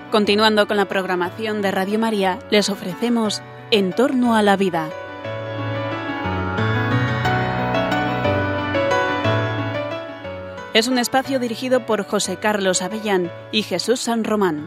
Continuando con la programación de Radio María, les ofrecemos En torno a la vida. Es un espacio dirigido por José Carlos Avellán y Jesús San Román.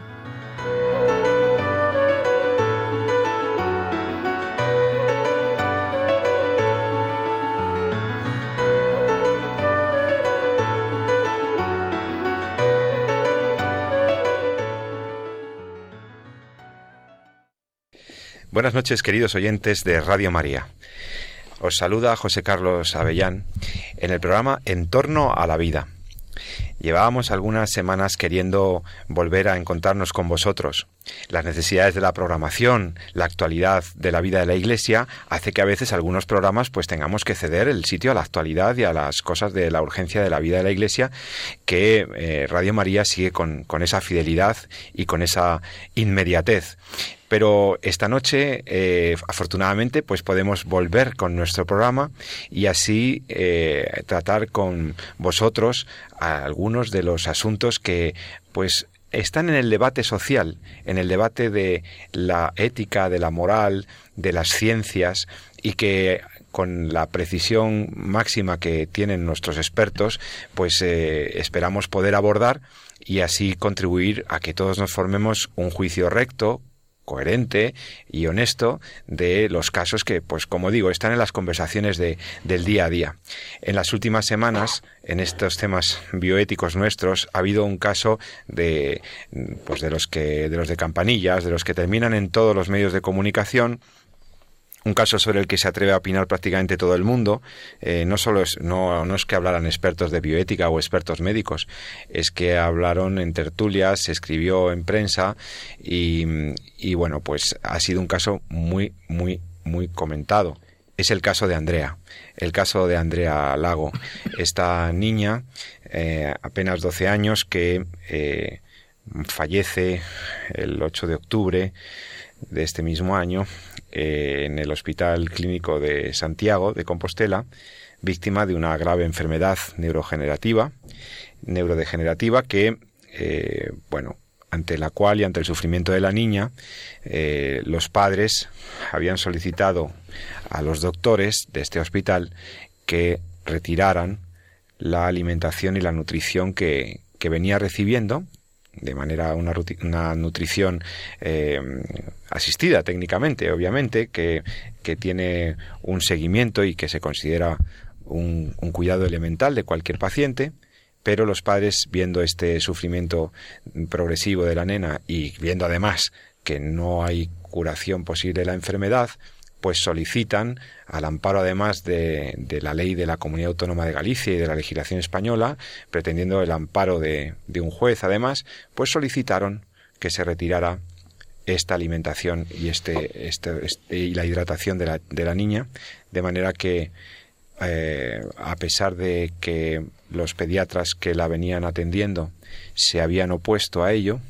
Buenas noches, queridos oyentes de Radio María. Os saluda José Carlos Avellán en el programa En torno a la vida. Llevábamos algunas semanas queriendo volver a encontrarnos con vosotros. Las necesidades de la programación, la actualidad de la vida de la Iglesia, hace que a veces algunos programas pues tengamos que ceder el sitio a la actualidad y a las cosas de la urgencia de la vida de la Iglesia, que Radio María sigue con esa fidelidad y con esa inmediatez. Pero esta noche, afortunadamente, pues podemos volver con nuestro programa y así tratar con vosotros algunos de los asuntos que pues están en el debate social, en el debate de la ética, de la moral, de las ciencias, y que con la precisión máxima que tienen nuestros expertos, pues esperamos poder abordar y así contribuir a que todos nos formemos un juicio recto, coherente y honesto de los casos que, pues como digo, están en las conversaciones del día a día. En las últimas semanas, en estos temas bioéticos nuestros, ha habido un caso de los de campanillas, de los que terminan en todos los medios de comunicación. Un caso sobre el que se atreve a opinar prácticamente todo el mundo. No es que hablaran expertos de bioética o expertos médicos, es que hablaron en tertulias, se escribió en prensa y bueno, pues ha sido un caso muy, muy, muy comentado. Es el caso de Andrea, Lago, esta niña, apenas 12 años, que fallece el 8 de octubre de este mismo año en el Hospital Clínico de Santiago de Compostela, víctima de una grave enfermedad neurodegenerativa que, ante la cual y ante el sufrimiento de la niña, los padres habían solicitado a los doctores de este hospital que retiraran la alimentación y la nutrición que venía recibiendo, de manera una nutrición asistida técnicamente, obviamente, que tiene un seguimiento y que se considera un cuidado elemental de cualquier paciente, pero los padres, viendo este sufrimiento progresivo de la nena y viendo además que no hay curación posible de la enfermedad, pues solicitan, al amparo además de la ley de la Comunidad Autónoma de Galicia y de la legislación española, pretendiendo el amparo de un juez además, pues solicitaron que se retirara esta alimentación y y la hidratación de la niña, de manera que a pesar de que los pediatras que la venían atendiendo se habían opuesto a ello,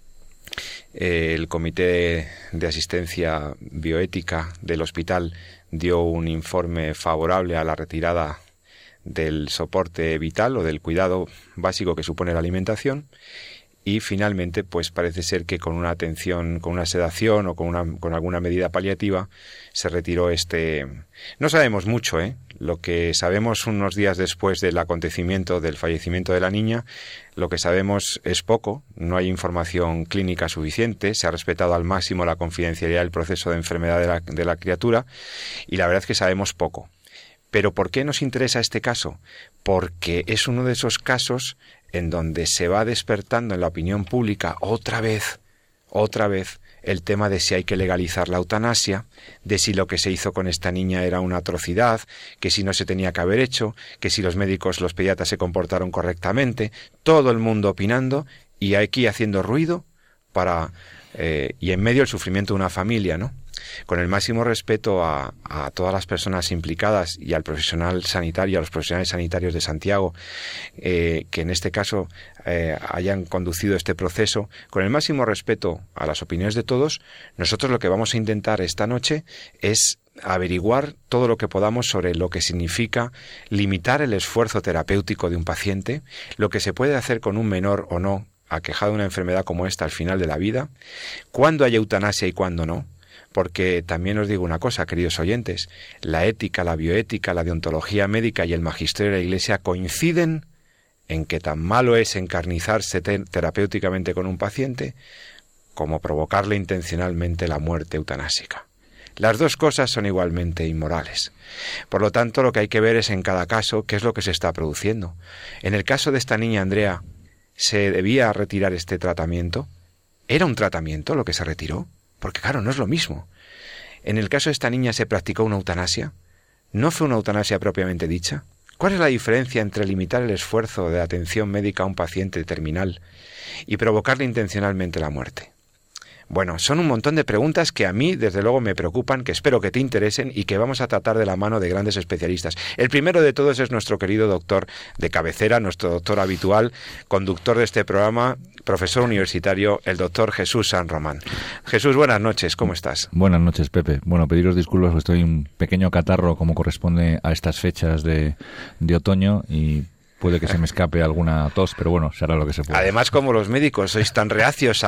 el Comité de Asistencia Bioética del hospital dio un informe favorable a la retirada del soporte vital o del cuidado básico que supone la alimentación, y finalmente pues parece ser que con una atención, con una sedación o con alguna medida paliativa se retiró No sabemos mucho, Lo que sabemos unos días después del acontecimiento, del fallecimiento de la niña, lo que sabemos es poco, no hay información clínica suficiente, se ha respetado al máximo la confidencialidad del proceso de enfermedad de la criatura, y la verdad es que sabemos poco. ¿Pero por qué nos interesa este caso? Porque es uno de esos casos en donde se va despertando en la opinión pública otra vez, el tema de si hay que legalizar la eutanasia, de si lo que se hizo con esta niña era una atrocidad, que si no se tenía que haber hecho, que si los médicos, los pediatras se comportaron correctamente, todo el mundo opinando y aquí haciendo ruido y en medio el sufrimiento de una familia, ¿no? Con el máximo respeto a todas las personas implicadas y al profesional sanitario, a los profesionales sanitarios de Santiago, que en este caso hayan conducido este proceso, con el máximo respeto a las opiniones de todos, nosotros lo que vamos a intentar esta noche es averiguar todo lo que podamos sobre lo que significa limitar el esfuerzo terapéutico de un paciente, lo que se puede hacer con un menor o no aquejado de una enfermedad como esta al final de la vida, cuándo hay eutanasia y cuándo no. Porque también os digo una cosa, queridos oyentes, la ética, la bioética, la deontología médica y el magisterio de la Iglesia coinciden en que tan malo es encarnizarse terapéuticamente con un paciente como provocarle intencionalmente la muerte eutanásica. Las dos cosas son igualmente inmorales. Por lo tanto, lo que hay que ver es en cada caso qué es lo que se está produciendo. En el caso de esta niña Andrea, ¿se debía retirar este tratamiento? ¿Era un tratamiento lo que se retiró? Porque claro, no es lo mismo. En el caso de esta niña, ¿se practicó una eutanasia? ¿No fue una eutanasia propiamente dicha? ¿Cuál es la diferencia entre limitar el esfuerzo de atención médica a un paciente terminal y provocarle intencionalmente la muerte? Bueno, son un montón de preguntas que a mí, desde luego, me preocupan, que espero que te interesen y que vamos a tratar de la mano de grandes especialistas. El primero de todos es nuestro querido doctor de cabecera, nuestro doctor habitual, conductor de este programa, profesor universitario, el doctor Jesús San Román. Jesús, buenas noches, ¿cómo estás? Buenas noches, Pepe. Bueno, pediros disculpas, porque estoy un pequeño catarro como corresponde a estas fechas de otoño y puede que se me escape alguna tos, pero bueno, se hará lo que se pueda. Además, como los médicos sois tan reacios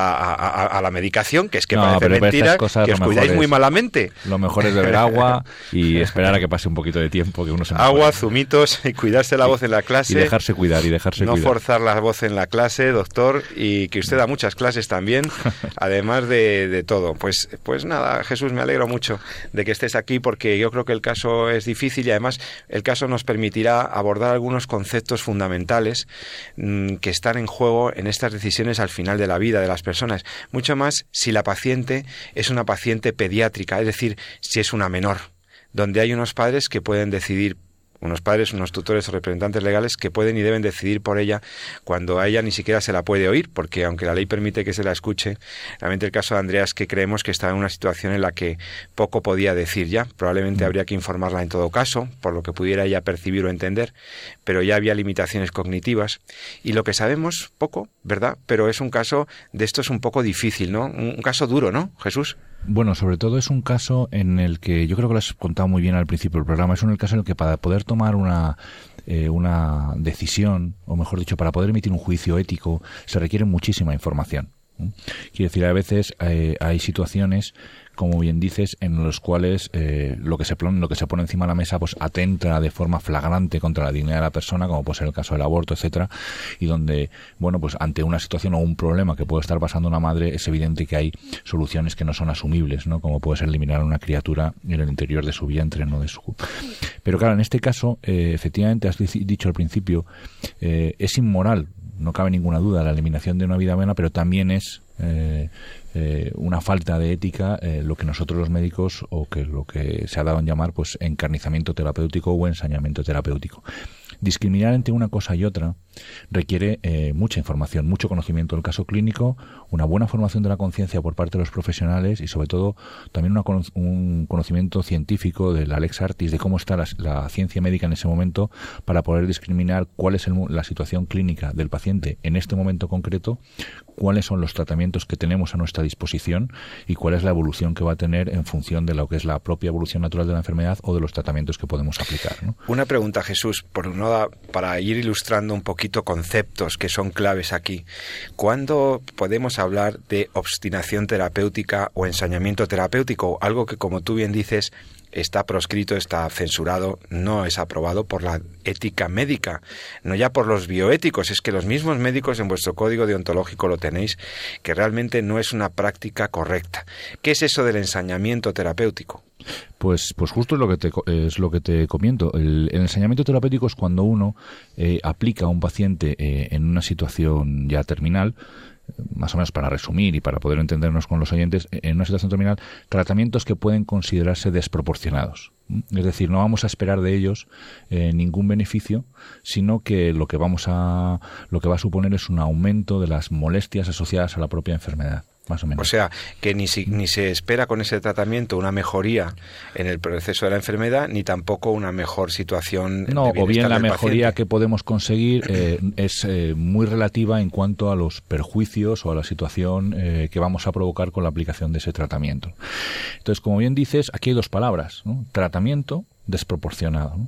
a la medicación, que es que no, parece mentira, cosas, que os cuidáis muy malamente. Lo mejor es beber agua y esperar a que pase un poquito de tiempo, que uno se mejore. Agua, zumitos, y cuidarse la voz en la clase. Y dejarse cuidar, No forzar la voz en la clase, doctor, y que usted da muchas clases también, además de todo. Pues nada, Jesús, me alegro mucho de que estés aquí, porque yo creo que el caso es difícil y además el caso nos permitirá abordar algunos conceptos fundamentales que están en juego en estas decisiones al final de la vida de las personas, mucho más si la paciente es una paciente pediátrica, es decir, si es una menor, donde hay unos padres que pueden decidir, unos padres, unos tutores o representantes legales que pueden y deben decidir por ella cuando a ella ni siquiera se la puede oír, porque aunque la ley permite que se la escuche, realmente el caso de Andrea es que creemos que está en una situación en la que poco podía decir ya. Probablemente habría que informarla en todo caso, por lo que pudiera ella percibir o entender, pero ya había limitaciones cognitivas. Y lo que sabemos, poco, ¿verdad? Pero es un caso de esto es un poco difícil, ¿no? Un caso duro, ¿no, Jesús? Bueno, sobre todo es un caso en el que, yo creo que lo has contado muy bien al principio del programa, es un caso en el que para poder tomar una decisión, o mejor dicho, para poder emitir un juicio ético, se requiere muchísima información. Quiere decir, a veces hay situaciones, como bien dices, en los cuales lo que se pone encima de la mesa pues atenta de forma flagrante contra la dignidad de la persona, como puede ser el caso del aborto, etcétera, y donde, bueno, pues ante una situación o un problema que puede estar pasando una madre, es evidente que hay soluciones que no son asumibles, ¿no? Como puede ser eliminar a una criatura en el interior de su vientre, no de su... Pero claro, en este caso, efectivamente, has dicho al principio, es inmoral, no cabe ninguna duda, la eliminación de una vida humana, pero también es una falta de ética lo que nosotros los médicos, o que lo que se ha dado en llamar pues encarnizamiento terapéutico o ensañamiento terapéutico. Discriminar entre una cosa y otra requiere mucha información, mucho conocimiento del caso clínico, una buena formación de la conciencia por parte de los profesionales y sobre todo también un conocimiento científico de la lex artis, de cómo está la ciencia médica en ese momento, para poder discriminar cuál es la situación clínica del paciente en este momento concreto, cuáles son los tratamientos que tenemos a nuestra disposición y cuál es la evolución que va a tener en función de lo que es la propia evolución natural de la enfermedad o de los tratamientos que podemos aplicar, ¿no? Una pregunta, Jesús, para ir ilustrando un poquito conceptos que son claves aquí. ¿Cuándo podemos hablar de obstinación terapéutica o ensañamiento terapéutico? Algo que, como tú bien dices, está proscrito, está censurado, no es aprobado por la ética médica, no ya por los bioéticos, es que los mismos médicos en vuestro código deontológico lo tenéis, que realmente no es una práctica correcta. ¿Qué es eso del ensañamiento terapéutico? Pues justo es lo que te comento. El ensañamiento terapéutico es cuando uno aplica a un paciente en una situación ya terminal, más o menos para resumir y para poder entendernos con los oyentes, en una situación terminal, tratamientos que pueden considerarse desproporcionados. Es decir, no vamos a esperar de ellos ningún beneficio, sino que lo que va a suponer es un aumento de las molestias asociadas a la propia enfermedad. Más o menos. O sea, que ni se espera con ese tratamiento una mejoría en el proceso de la enfermedad, ni tampoco una mejor situación. No, o bien la mejoría paciente que podemos conseguir es muy relativa en cuanto a los perjuicios o a la situación que vamos a provocar con la aplicación de ese tratamiento. Entonces, como bien dices, aquí hay dos palabras, ¿no? Tratamiento desproporcionado, ¿no?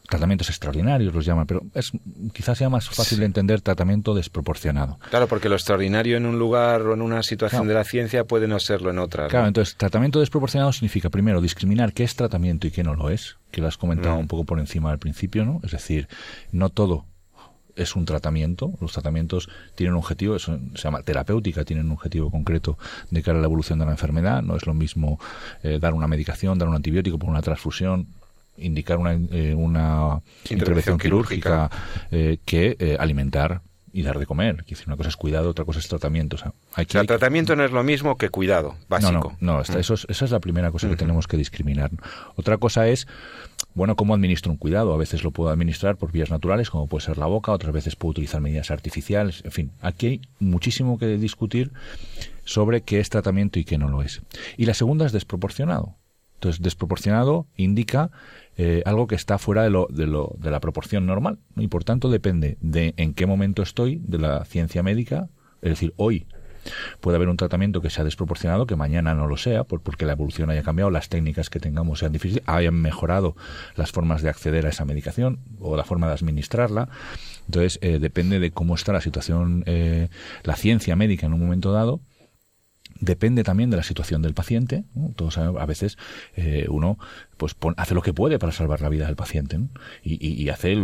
tratamientos extraordinarios los llaman, pero quizás sea más fácil de entender tratamiento desproporcionado. Claro, porque lo extraordinario en un lugar o en una situación de la ciencia puede no serlo en otra. Claro, ¿no? entonces tratamiento desproporcionado significa primero discriminar qué es tratamiento y qué no lo es, que lo has comentado un poco por encima al principio, ¿no? Es decir, no todo es un tratamiento. Los tratamientos tienen un objetivo, eso se llama terapéutica, tienen un objetivo concreto de cara a la evolución de la enfermedad. No es lo mismo dar una medicación, dar un antibiótico por una transfusión, indicar una intervención quirúrgica que alimentar y dar de comer. Quiero decir, una cosa es cuidado, otra cosa es tratamiento. El tratamiento no es lo mismo que cuidado básico. No, esa es la primera cosa que tenemos que discriminar. Otra cosa es, bueno, cómo administro un cuidado. A veces lo puedo administrar por vías naturales, como puede ser la boca, otras veces puedo utilizar medidas artificiales. En fin, aquí hay muchísimo que discutir sobre qué es tratamiento y qué no lo es. Y la segunda es desproporcionado. Entonces, desproporcionado indica algo que está fuera de la proporción normal, ¿no? Y por tanto depende de en qué momento estoy de la ciencia médica. Es decir, hoy puede haber un tratamiento que sea desproporcionado, que mañana no lo sea, porque la evolución haya cambiado, las técnicas que tengamos sean difíciles, hayan mejorado las formas de acceder a esa medicación o la forma de administrarla. Entonces, depende de cómo está la situación, la ciencia médica en un momento dado. Depende también de la situación del paciente, ¿no? Todos sabemos, a veces uno pues hace lo que puede para salvar la vida del paciente, ¿no? Y hace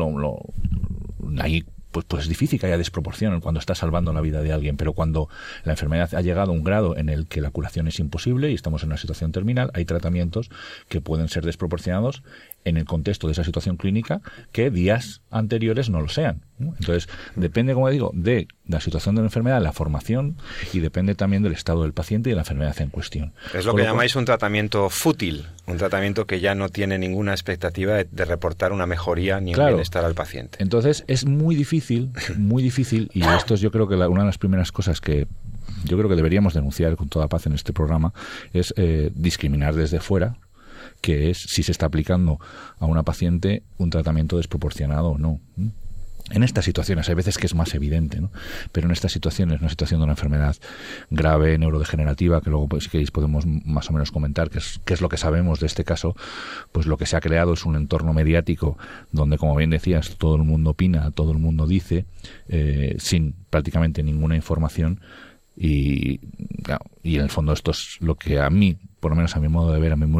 ahí pues es difícil que haya desproporción cuando está salvando la vida de alguien, pero cuando la enfermedad ha llegado a un grado en el que la curación es imposible y estamos en una situación terminal, hay tratamientos que pueden ser desproporcionados en el contexto de esa situación clínica que días anteriores no lo sean, ¿no? Entonces, depende, como digo, de la situación de la enfermedad, la formación, y depende también del estado del paciente y de la enfermedad en cuestión. Es lo que llamáis un tratamiento fútil, un tratamiento que ya no tiene ninguna expectativa de reportar una mejoría ni un bienestar al paciente. Entonces, es muy difícil, y esto es yo creo que una de las primeras cosas que yo creo que deberíamos denunciar con toda paz en este programa, es discriminar desde fuera, que es si se está aplicando a una paciente un tratamiento desproporcionado o no. En estas situaciones, hay veces que es más evidente, ¿no? Pero en estas situaciones, una situación de una enfermedad grave, neurodegenerativa, que luego, pues, si queréis, podemos más o menos comentar qué es lo que sabemos de este caso, pues lo que se ha creado es un entorno mediático donde, como bien decías, todo el mundo opina, todo el mundo dice, sin prácticamente ninguna información, y en el fondo esto es lo que a mí, por lo menos a mi modo de ver, a mi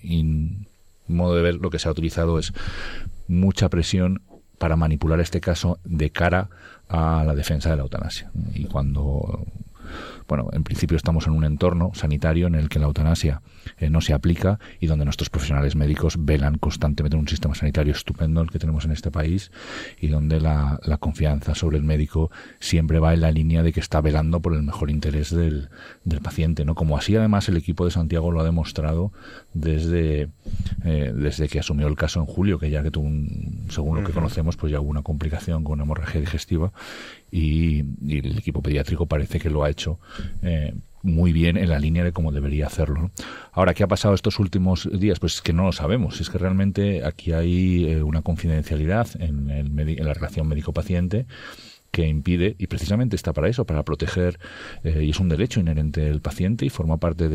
modo de ver, lo que se ha utilizado es mucha presión para manipular este caso de cara a la defensa de la eutanasia. Y cuando, bueno, en principio estamos en un entorno sanitario en el que la eutanasia no se aplica y donde nuestros profesionales médicos velan constantemente en un sistema sanitario estupendo el que tenemos en este país, y donde la confianza sobre el médico siempre va en la línea de que está velando por el mejor interés del paciente, ¿no? Como así además el equipo de Santiago lo ha demostrado desde que asumió el caso en julio, que ya que tuvo, según lo que conocemos, pues ya hubo una complicación con una hemorragia digestiva, y el equipo pediátrico parece que lo ha hecho muy bien en la línea de cómo debería hacerlo, ¿no? Ahora, ¿qué ha pasado estos últimos días? Pues es que no lo sabemos. Es que realmente aquí hay una confidencialidad en la relación médico-paciente que impide, y precisamente está para eso, para proteger, y es un derecho inherente del paciente y forma parte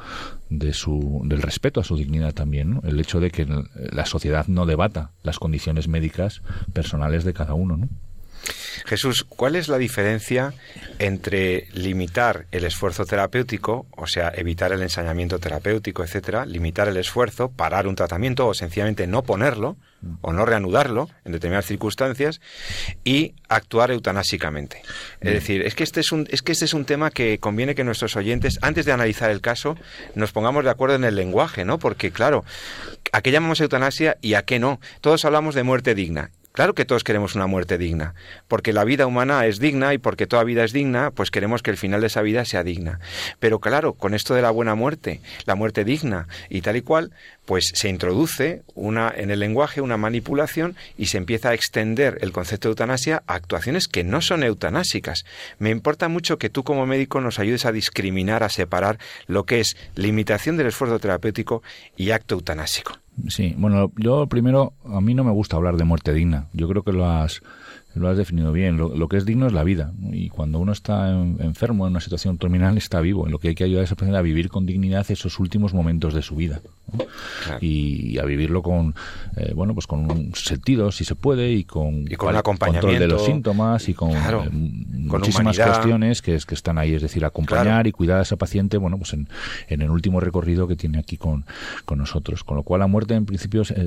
del respeto a su dignidad también, ¿no? El hecho de que la sociedad no debata las condiciones médicas personales de cada uno, ¿no? Jesús, ¿cuál es la diferencia entre limitar el esfuerzo terapéutico, o sea, evitar el ensañamiento terapéutico, etcétera, limitar el esfuerzo, parar un tratamiento o sencillamente no ponerlo o no reanudarlo en determinadas circunstancias, y actuar eutanásicamente? Es decir, es que este es un tema que conviene que nuestros oyentes, antes de analizar el caso, nos pongamos de acuerdo en el lenguaje, ¿no? Porque, claro, ¿a qué llamamos eutanasia y a qué no? Todos hablamos de muerte digna. Claro que todos queremos una muerte digna, porque la vida humana es digna, y porque toda vida es digna, pues queremos que el final de esa vida sea digna. Pero claro, con esto de la buena muerte, la muerte digna y tal y cual, pues se introduce en el lenguaje una manipulación y se empieza a extender el concepto de eutanasia a actuaciones que no son eutanásicas. Me importa mucho que tú como médico nos ayudes a discriminar, a separar lo que es limitación del esfuerzo terapéutico y acto eutanásico. Sí, bueno, yo primero, a mí no me gusta hablar de muerte digna. Yo creo que lo has definido bien. Lo que es digno es la vida, ¿no? Y cuando uno está enfermo, en una situación terminal, está vivo. En lo que hay que ayudar a esa persona a vivir con dignidad esos últimos momentos de su vida. ¿no? Claro. Y a vivirlo con pues con un sentido, si se puede, y con un acompañamiento, control de los síntomas y con, claro, muchísimas humanidad, cuestiones que están ahí, es decir, acompañar, claro, y cuidar a ese paciente, pues en el último recorrido que tiene aquí con nosotros, con lo cual la muerte en principio es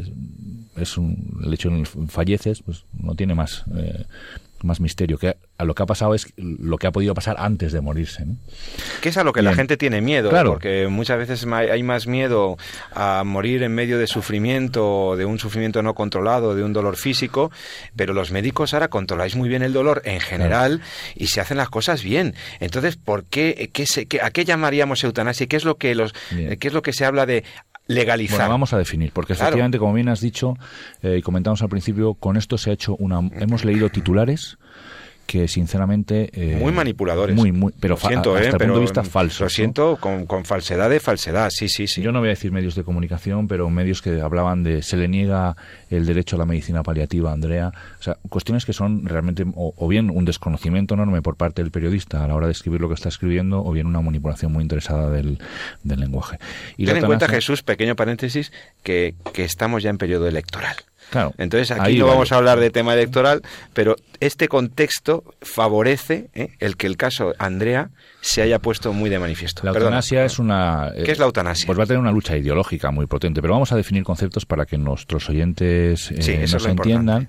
el hecho de que falleces, pues no tiene más misterio. Que a lo que ha pasado es lo que ha podido pasar antes de morirse, ¿no? Que es a lo que la gente tiene miedo, claro, porque muchas veces hay más miedo a morir en medio de sufrimiento, de un sufrimiento no controlado, de un dolor físico, pero los médicos ahora controláis muy bien el dolor en general, claro, y se hacen las cosas bien. Entonces, ¿por qué? ¿A qué llamaríamos eutanasia? ¿Qué es lo que se habla de legalizar? Bueno, vamos a definir, porque efectivamente, claro, como bien has dicho y comentamos al principio, con esto se ha hecho hemos leído titulares que sinceramente muy manipuladores, pero hasta el punto de vista falso. Lo siento, ¿no? con falsedad de falsedad, sí. Yo no voy a decir medios de comunicación, pero medios que hablaban de se le niega el derecho a la medicina paliativa, Andrea. O sea, cuestiones que son realmente o bien un desconocimiento enorme por parte del periodista a la hora de escribir lo que está escribiendo, o bien una manipulación muy interesada del lenguaje. Y ten en cuenta, Jesús, pequeño paréntesis, que estamos ya en periodo electoral. Claro, entonces aquí no vamos a hablar de tema electoral, pero este contexto favorece el que el caso Andrea se haya puesto muy de manifiesto. La eutanasia es una... ¿Qué es la eutanasia? Pues va a tener una lucha ideológica muy potente, pero vamos a definir conceptos para que nuestros oyentes nos entiendan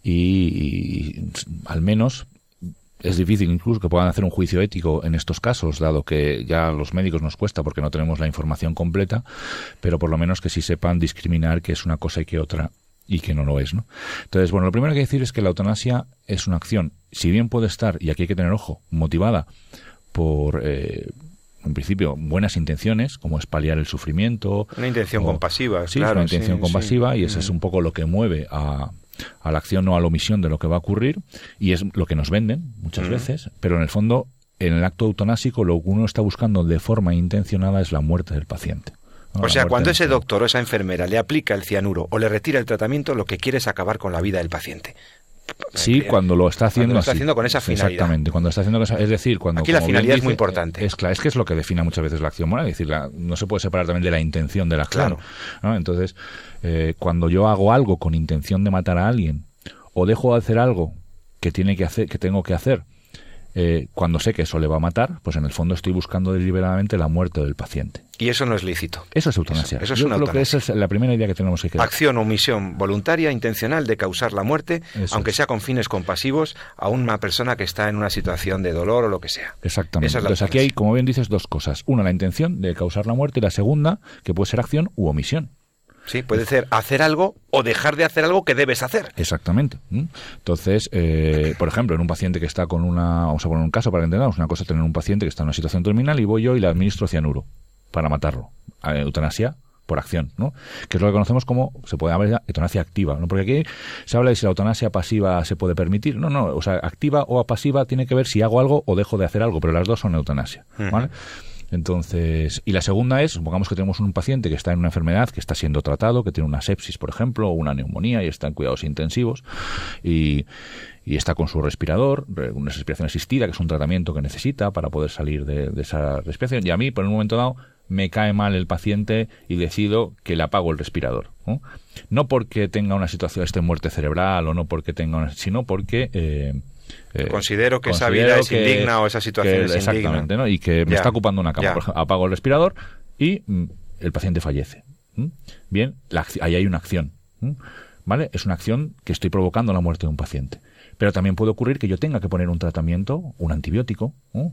y al menos... Es difícil incluso que puedan hacer un juicio ético en estos casos, dado que ya a los médicos nos cuesta porque no tenemos la información completa, pero por lo menos que sí sepan discriminar qué es una cosa y qué otra, y que no lo es, ¿no? Entonces, bueno, lo primero que hay que decir es que la eutanasia es una acción, si bien puede estar, y aquí hay que tener ojo, motivada por, en principio, buenas intenciones, como es paliar el sufrimiento. Una intención compasiva, sí, claro. Una intención compasiva, y eso es un poco lo que mueve a la acción o a la omisión de lo que va a ocurrir, y es lo que nos venden muchas veces, pero en el fondo, en el acto eutanásico, lo que uno está buscando de forma intencionada es la muerte del paciente. O sea, cuando ese doctor o esa enfermera le aplica el cianuro o le retira el tratamiento, lo que quiere es acabar con la vida del paciente. Sí, cuando lo está haciendo con esa finalidad. Exactamente, cuando está haciendo es decir, cuando aquí la finalidad es muy importante. Es que es lo que define muchas veces la acción moral, es decir, no se puede separar también de la intención de la acción. Claro. ¿No? Entonces, cuando yo hago algo con intención de matar a alguien o dejo de hacer algo que tengo que hacer, cuando sé que eso le va a matar, pues en el fondo estoy buscando deliberadamente la muerte del paciente. Y eso no es lícito. Eso es eutanasia. Eso es una eutanasia. Creo que esa es la primera idea que tenemos que crear. Acción o omisión voluntaria, intencional, de causar la muerte, aunque sea con fines compasivos, a una persona que está en una situación de dolor o lo que sea. Exactamente. Entonces aquí hay, como bien dices, dos cosas. Una, la intención de causar la muerte, y la segunda, que puede ser acción u omisión. Sí, puede ser hacer algo o dejar de hacer algo que debes hacer. Exactamente. Entonces, por ejemplo, en un paciente que está con vamos a poner un caso para entendernos, una cosa es tener un paciente que está en una situación terminal y voy yo y le administro cianuro para matarlo. Eutanasia por acción, ¿no? Que es lo que conocemos como, se puede hablar de eutanasia activa, ¿no? Porque aquí se habla de si la eutanasia pasiva se puede permitir. No, o sea, activa o pasiva tiene que ver si hago algo o dejo de hacer algo, pero las dos son eutanasia, ¿vale? Entonces, y la segunda es, supongamos que tenemos un paciente que está en una enfermedad, que está siendo tratado, que tiene una sepsis, por ejemplo, o una neumonía y está en cuidados intensivos y está con su respirador, una respiración asistida, que es un tratamiento que necesita para poder salir de esa respiración. Y a mí, por un momento dado, me cae mal el paciente y decido que le apago el respirador, ¿no? No porque tenga una situación de muerte cerebral o no porque tenga sino porque... considero que esa vida es indigna o esa situación es indigna. Exactamente, ¿no? Y que me está ocupando una cama. Por ejemplo, apago el respirador y el paciente fallece. Bien, ahí hay una acción, ¿vale? Es una acción que estoy provocando la muerte de un paciente. Pero también puede ocurrir que yo tenga que poner un tratamiento, un antibiótico,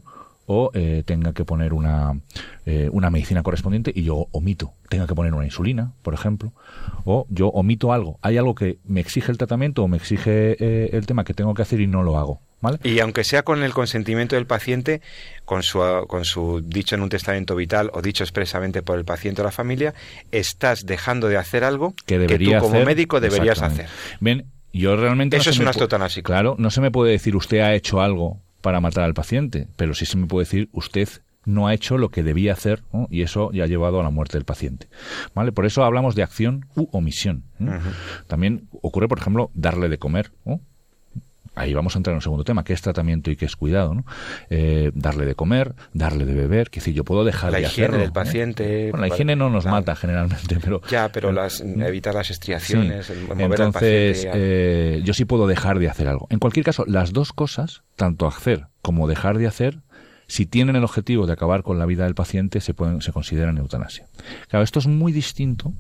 o tenga que poner una medicina correspondiente y yo omito. Tenga que poner una insulina, por ejemplo, o yo omito algo. Hay algo que me exige el tratamiento o me exige el tema que tengo que hacer y no lo hago, ¿vale? Y aunque sea con el consentimiento del paciente, con su dicho en un testamento vital o dicho expresamente por el paciente o la familia, estás dejando de hacer algo que tú como médico deberías hacer. Bien, yo realmente... Eso es un acto eutanásico. Claro, no se me puede decir usted ha hecho algo para matar al paciente, pero sí se me puede decir usted no ha hecho lo que debía hacer, ¿no? Y eso ya ha llevado a la muerte del paciente, ¿vale? Por eso hablamos de acción u omisión, ¿no? También ocurre, por ejemplo, darle de comer, ¿no? ahí vamos a entrar en un segundo tema, qué es tratamiento y qué es cuidado, ¿no? Darle de comer, darle de beber, que decir, yo puedo dejar de hacerlo. La higiene del paciente. Bueno, la higiene no nos mata generalmente, pero... Ya, pero evitar las estriaciones, sí. Mover al paciente... yo sí puedo dejar de hacer algo. En cualquier caso, las dos cosas, tanto hacer como dejar de hacer, si tienen el objetivo de acabar con la vida del paciente, se consideran eutanasia. Claro, esto es muy distinto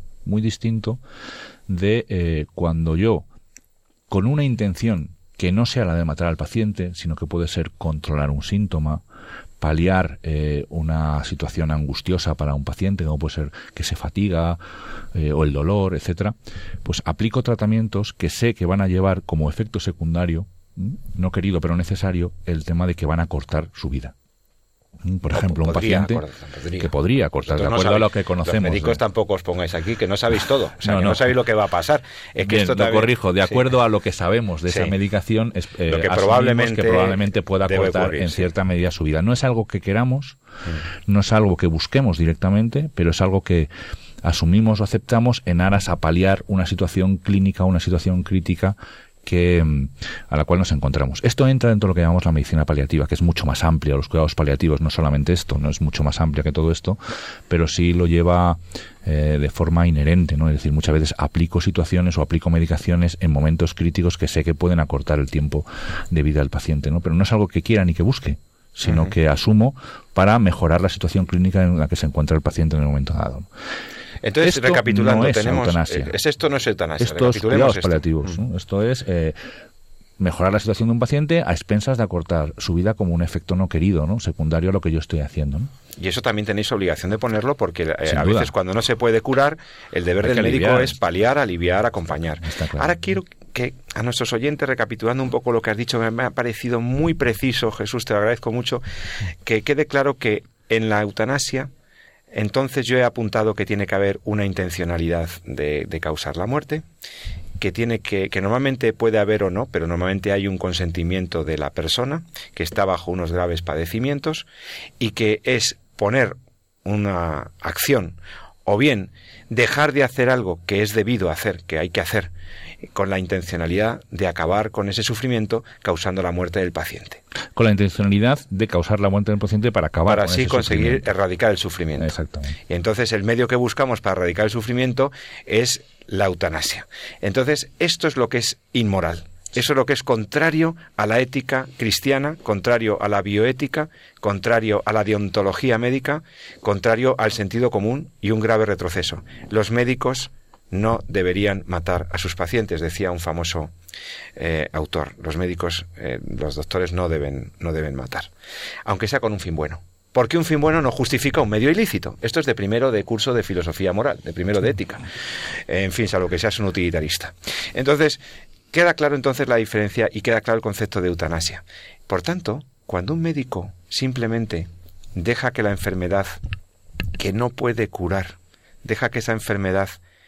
de cuando yo, con una intención que no sea la de matar al paciente, sino que puede ser controlar un síntoma, paliar una situación angustiosa para un paciente, como puede ser que se fatiga o el dolor, etcétera, pues aplico tratamientos que sé que van a llevar como efecto secundario, no querido pero necesario, el tema de que van a cortar su vida. Por ejemplo, un paciente que podría cortar, de acuerdo a lo que conocemos. Los médicos tampoco os pongáis aquí, que no sabéis todo, o sea, no sabéis lo que va a pasar. Es que bien, esto también, lo corrijo, de acuerdo a lo que sabemos de esa medicación, lo que probablemente pueda cortar ocurrir, en cierta medida su vida. No es algo que queramos, no es algo que busquemos directamente, pero es algo que asumimos o aceptamos en aras a paliar una situación clínica, una situación crítica a la cual nos encontramos. Esto entra dentro de lo que llamamos la medicina paliativa, que es mucho más amplia. Los cuidados paliativos, no solamente esto, no es mucho más amplia que todo esto, pero sí lo lleva de forma inherente, ¿no? Es decir, muchas veces aplico situaciones o aplico medicaciones en momentos críticos que sé que pueden acortar el tiempo de vida del paciente, ¿no? Pero no es algo que quiera ni que busque, sino que asumo para mejorar la situación clínica en la que se encuentra el paciente en el momento dado, ¿no? Entonces, esto recapitulando, no es tenemos... eutanasia. Esto no es eutanasia. Esto es cuidados paliativos, ¿no? Esto es mejorar la situación de un paciente a expensas de acortar su vida como un efecto no querido, ¿no? Secundario a lo que yo estoy haciendo, ¿no? Y eso también tenéis obligación de ponerlo porque a veces cuando no se puede curar, el deber del médico es paliar, aliviar, acompañar. Claro. Ahora quiero que a nuestros oyentes, recapitulando un poco lo que has dicho, me ha parecido muy preciso, Jesús, te lo agradezco mucho, que quede claro que en la eutanasia, entonces yo he apuntado que tiene que haber una intencionalidad de causar la muerte, que normalmente puede haber o no, pero normalmente hay un consentimiento de la persona que está bajo unos graves padecimientos y que es poner una acción o bien dejar de hacer algo que es debido hacer, que hay que hacer, con la intencionalidad de acabar con ese sufrimiento causando la muerte del paciente. Con la intencionalidad de causar la muerte del paciente para acabar con ese sufrimiento. Para así conseguir erradicar el sufrimiento. Exactamente. Y entonces el medio que buscamos para erradicar el sufrimiento es la eutanasia. Entonces esto es lo que es inmoral. Eso es lo que es contrario a la ética cristiana, contrario a la bioética, contrario a la deontología médica, contrario al sentido común y un grave retroceso. Los médicos no deberían matar a sus pacientes, decía un famoso autor. Los médicos, los doctores no deben matar, aunque sea con un fin bueno. Porque un fin bueno no justifica un medio ilícito. Esto es de primero de curso de filosofía moral, de primero de ética. En fin, salvo que seas un utilitarista. Entonces, queda claro entonces la diferencia y queda claro el concepto de eutanasia. Por tanto, cuando un médico simplemente deja que la enfermedad que no puede curar, deja que esa enfermedad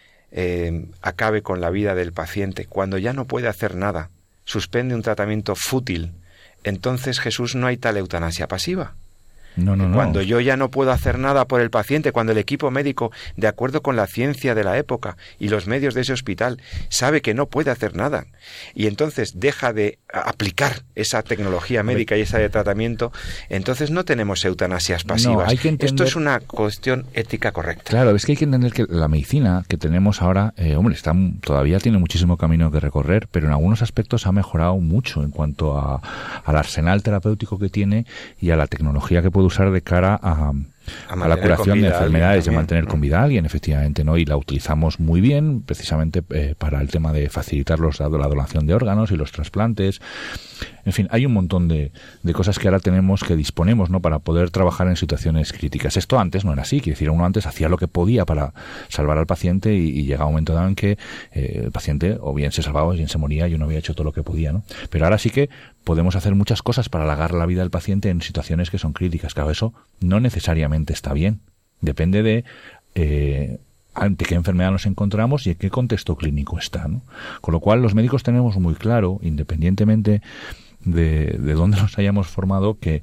acabe con la vida del paciente, cuando ya no puede hacer nada, suspende un tratamiento fútil, entonces, Jesús, no hay tal eutanasia pasiva. No. Cuando yo ya no puedo hacer nada por el paciente, cuando el equipo médico, de acuerdo con la ciencia de la época y los medios de ese hospital, sabe que no puede hacer nada y entonces deja de aplicar esa tecnología médica y esa de tratamiento, entonces no tenemos eutanasias pasivas. No, hay que entender... Esto es una cuestión ética correcta. Claro, es que hay que entender que la medicina que tenemos ahora, todavía tiene muchísimo camino que recorrer, pero en algunos aspectos ha mejorado mucho en cuanto al arsenal terapéutico que tiene y a la tecnología que puede usar de cara a la curación de enfermedades, de mantener con vida a alguien, efectivamente, ¿no? Y la utilizamos muy bien, precisamente para el tema de facilitar la donación de órganos y los trasplantes. En fin, hay un montón de cosas que ahora que disponemos, ¿no? Para poder trabajar en situaciones críticas. Esto antes no era así, quiere decir, uno antes hacía lo que podía para salvar al paciente y llegaba un momento dado en que el paciente o bien se salvaba o bien se moría y uno había hecho todo lo que podía, ¿no? Pero ahora sí que podemos hacer muchas cosas para alargar la vida del paciente en situaciones que son críticas. Claro, eso no necesariamente está bien. Depende de ante qué enfermedad nos encontramos y en qué contexto clínico está, ¿no? Con lo cual los médicos tenemos muy claro, independientemente de dónde nos hayamos formado, que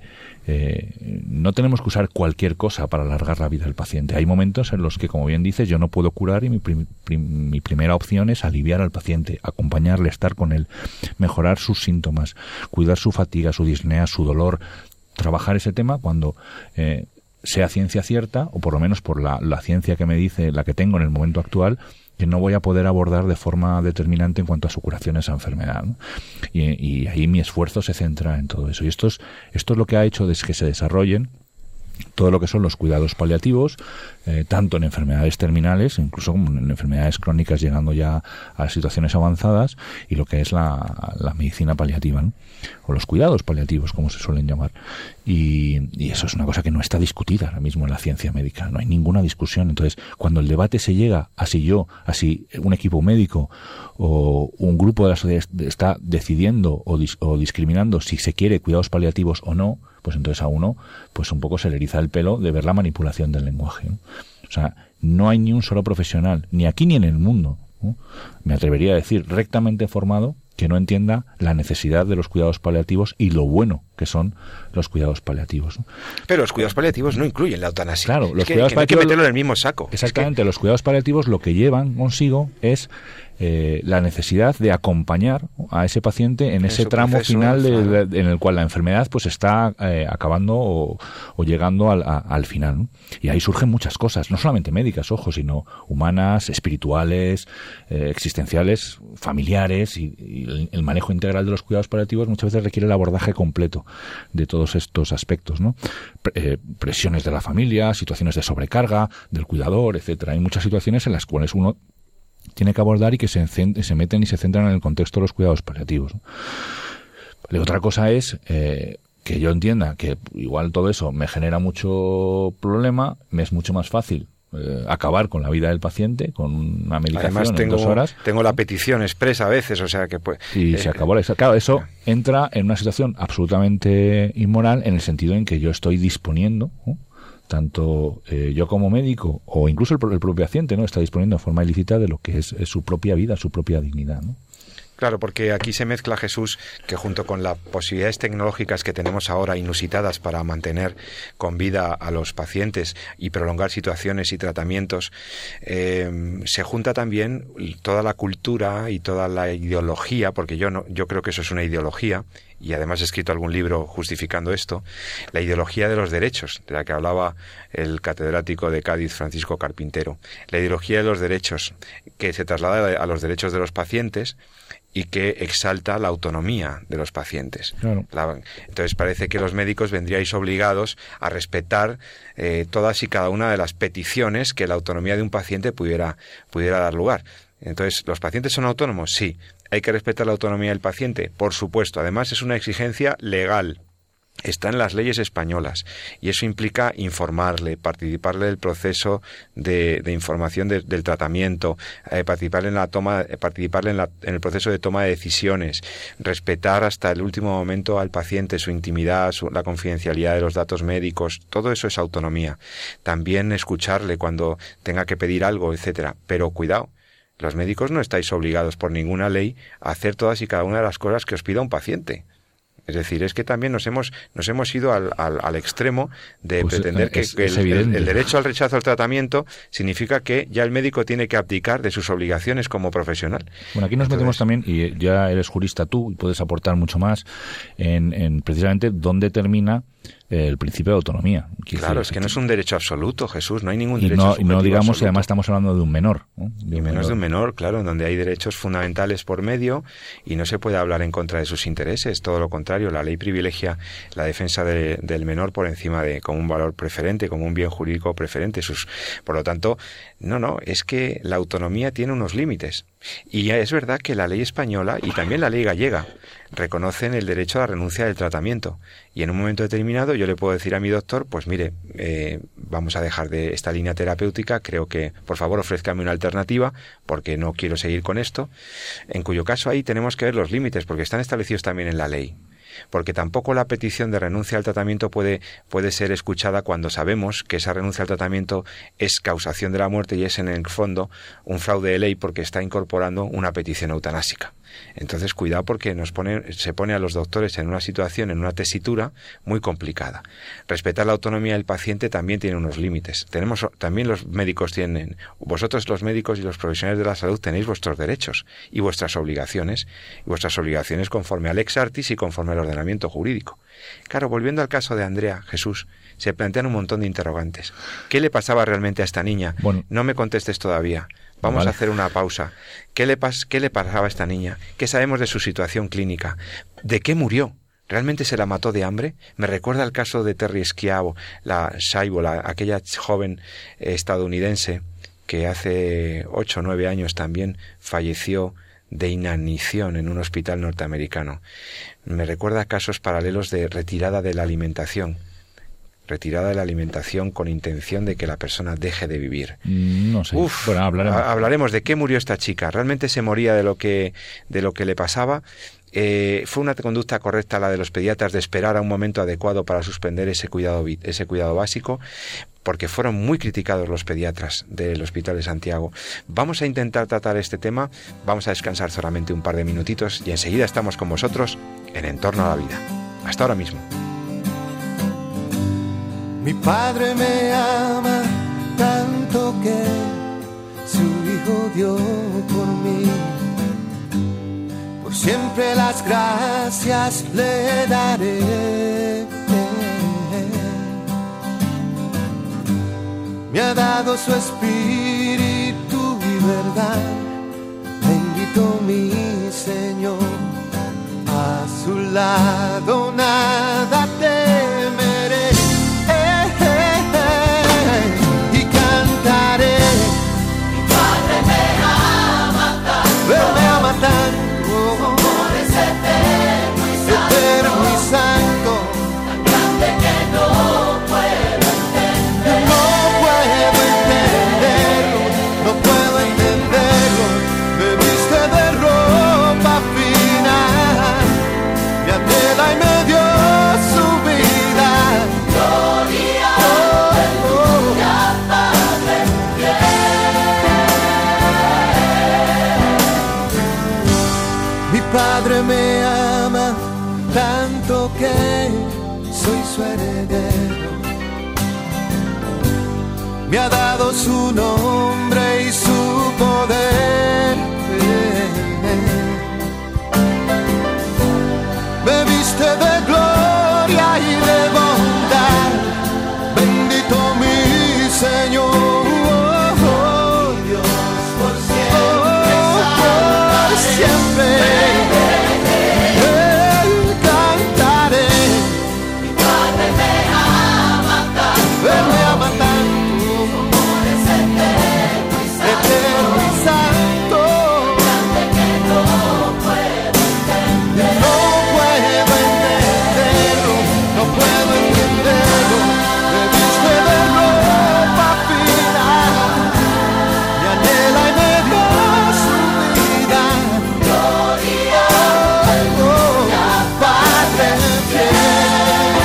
no tenemos que usar cualquier cosa para alargar la vida del paciente. Hay momentos en los que, como bien dices, yo no puedo curar y mi primera opción es aliviar al paciente, acompañarle, estar con él, mejorar sus síntomas, cuidar su fatiga, su disnea, su dolor, trabajar ese tema cuando sea ciencia cierta, o por lo menos por la ciencia que me dice, la que tengo en el momento actual, que no voy a poder abordar de forma determinante en cuanto a su curación esa enfermedad, ¿no? Y ahí mi esfuerzo se centra en todo eso. Y esto es lo que ha hecho que se desarrollen todo lo que son los cuidados paliativos, tanto en enfermedades terminales, incluso como en enfermedades crónicas, llegando ya a situaciones avanzadas, y lo que es la medicina paliativa, ¿no? O los cuidados paliativos, como se suelen llamar. Y eso es una cosa que no está discutida ahora mismo en la ciencia médica, no hay ninguna discusión. Entonces, cuando el debate se llega a si un equipo médico o un grupo de la sociedad está decidiendo o discriminando si se quiere cuidados paliativos o no, pues entonces a uno pues un poco se le eriza el pelo de ver la manipulación del lenguaje, ¿no? O sea, no hay ni un solo profesional, ni aquí ni en el mundo, ¿no? Me atrevería a decir, rectamente formado, que no entienda la necesidad de los cuidados paliativos y lo bueno que son los cuidados paliativos, ¿no? Pero los cuidados paliativos no incluyen la eutanasia. Claro, los cuidados paliativos hay que meterlo en el mismo saco. Exactamente, los cuidados paliativos lo que llevan consigo es la necesidad de acompañar a ese paciente en ese tramo final en el cual la enfermedad pues está acabando o llegando al final, ¿no? Y ahí surgen muchas cosas, no solamente médicas, ojo, sino humanas, espirituales, existenciales, familiares, y el manejo integral de los cuidados paliativos muchas veces requiere el abordaje completo de todos estos aspectos, ¿no? Presiones de la familia, situaciones de sobrecarga del cuidador, etcétera. Hay muchas situaciones en las cuales uno tiene que abordar y que se meten y se centran en el contexto de los cuidados paliativos, ¿no? Vale, otra cosa es que yo entienda que igual todo eso me genera mucho problema, me es mucho más fácil acabar con la vida del paciente con una medicación. Además, en 2 horas. Tengo la petición expresa a veces, o sea que pues... Y se acabó. Claro, eso entra en una situación absolutamente inmoral en el sentido en que yo estoy disponiendo, ¿no? Tanto yo como médico o incluso el propio paciente, ¿no? Está disponiendo de forma ilícita de lo que es su propia vida, su propia dignidad, ¿no? Claro, porque aquí se mezcla, Jesús, que junto con las posibilidades tecnológicas que tenemos ahora inusitadas para mantener con vida a los pacientes y prolongar situaciones y tratamientos, se junta también toda la cultura y toda la ideología, porque yo creo que eso es una ideología, y además he escrito algún libro justificando esto, la ideología de los derechos, de la que hablaba el catedrático de Cádiz, Francisco Carpintero. La ideología de los derechos, que se traslada a los derechos de los pacientes y que exalta la autonomía de los pacientes. Claro. Entonces parece que los médicos vendríais obligados a respetar todas y cada una de las peticiones que la autonomía de un paciente pudiera dar lugar. Entonces, ¿los pacientes son autónomos? Sí. ¿Hay que respetar la autonomía del paciente? Por supuesto. Además, es una exigencia legal. Está en las leyes españolas y eso implica informarle, participarle del proceso de información del tratamiento, participarle en el proceso de toma de decisiones, respetar hasta el último momento al paciente, su intimidad, la confidencialidad de los datos médicos. Todo eso es autonomía. También escucharle cuando tenga que pedir algo, etcétera. Pero cuidado. Los médicos no estáis obligados por ninguna ley a hacer todas y cada una de las cosas que os pida un paciente. Es decir, es que también nos hemos ido al extremo de pretender que el derecho al rechazo al tratamiento significa que ya el médico tiene que abdicar de sus obligaciones como profesional. Bueno, aquí nos metemos también, y ya eres jurista tú, y puedes aportar mucho más, en precisamente dónde termina el principio de autonomía. Claro, es que no es un derecho absoluto, Jesús, no hay ningún derecho y no digamos, y además estamos hablando de un menor, ¿no? De un menor, claro, en donde hay derechos fundamentales por medio y no se puede hablar en contra de sus intereses, todo lo contrario, la ley privilegia la defensa del menor por encima como un valor preferente, como un bien jurídico preferente. Por lo tanto, es que la autonomía tiene unos límites. Y es verdad que la ley española y también la ley gallega reconocen el derecho a la renuncia del tratamiento. Y en un momento determinado yo le puedo decir a mi doctor, pues mire, vamos a dejar de esta línea terapéutica, creo que por favor ofrézcame una alternativa porque no quiero seguir con esto. En cuyo caso ahí tenemos que ver los límites porque están establecidos también en la ley. Porque tampoco la petición de renuncia al tratamiento puede ser escuchada cuando sabemos que esa renuncia al tratamiento es causación de la muerte y es en el fondo un fraude de ley porque está incorporando una petición eutanásica. Entonces, cuidado, porque se pone a los doctores en una situación, en una tesitura muy complicada. Respetar la autonomía del paciente también tiene unos límites. También los médicos tienen, vosotros los médicos y los profesionales de la salud tenéis vuestros derechos y vuestras obligaciones conforme al ex artis y conforme al ordenamiento jurídico. Claro, volviendo al caso de Andrea, Jesús, se plantean un montón de interrogantes. ¿Qué le pasaba realmente a esta niña? Bueno, no me contestes todavía. Vamos a hacer una pausa. ¿Qué le pasaba a esta niña? ¿Qué sabemos de su situación clínica? ¿De qué murió? ¿Realmente se la mató de hambre? Me recuerda el caso de Terry Schiavo, aquella joven estadounidense que hace 8 o 9 años también falleció de inanición en un hospital norteamericano. Me recuerda casos paralelos de retirada de la alimentación con intención de que la persona deje de vivir. No sé. Bueno, hablaremos de qué murió esta chica. ¿Realmente se moría de lo que le pasaba? ¿Fue una conducta correcta la de los pediatras de esperar a un momento adecuado para suspender ese cuidado básico? Porque fueron muy criticados los pediatras del Hospital de Santiago. Vamos a intentar tratar este tema, vamos a descansar solamente un par de minutitos y enseguida estamos con vosotros en Entorno a la Vida. Hasta ahora mismo. Mi padre me ama tanto que su hijo dio por mí. Por siempre las gracias le daré. Me ha dado su espíritu y verdad. Bendito mi Señor. A su lado nada temeré. Y cantaré. Mi Padre me ama tanto. Él me ama tanto. Su amor es eterno y santo. Tan grande que no puedo entender. No puedo entenderlo. Me viste de ropa fina. Me anhela y me dio su vida. Gloria, aleluya, Padre fiel. Mi Padre me ama tanto que soy su heredero. Me ha dado su nombre y su poder. Me viste de gloria y de bondad. Bendito mi Señor. Dios, por siempre. Cantaré. Mi Padre me ama tanto. Él me ama tanto. Eterno y santo, grande que no puedo entenderlo, no puedo entenderlo. Me viste de ropa fina, me anhela y me dio su vida. Gloria, aleluya, Padre fiel.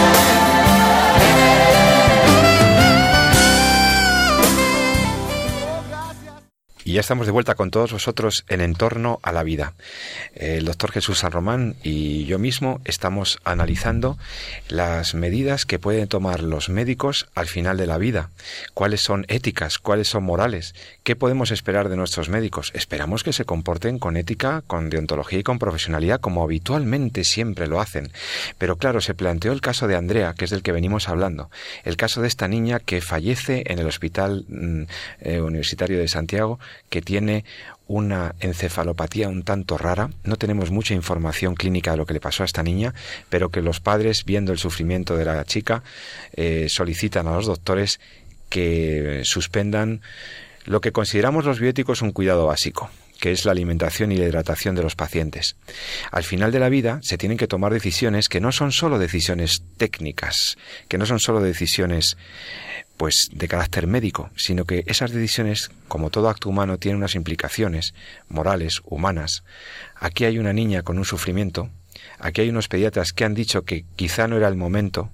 Y ya estamos de vuelta con todos vosotros en Entorno a la Vida. El doctor Jesús San Román y yo mismo estamos analizando las medidas que pueden tomar los médicos al final de la vida. ¿Cuáles son éticas? ¿Cuáles son morales? ¿Qué podemos esperar de nuestros médicos? Esperamos que se comporten con ética, con deontología y con profesionalidad, como habitualmente siempre lo hacen. Pero claro, se planteó el caso de Andrea, que es del que venimos hablando. El caso de esta niña que fallece en el Hospital Universitario de Santiago, que tiene una encefalopatía un tanto rara. No tenemos mucha información clínica de lo que le pasó a esta niña, pero que los padres, viendo el sufrimiento de la chica, solicitan a los doctores que suspendan lo que consideramos los bioéticos un cuidado básico, que es la alimentación y la hidratación de los pacientes. Al final de la vida se tienen que tomar decisiones que no son solo decisiones técnicas, que no son solo decisiones de carácter médico, sino que esas decisiones, como todo acto humano, tienen unas implicaciones morales, humanas. Aquí hay una niña con un sufrimiento, aquí hay unos pediatras que han dicho que quizá no era el momento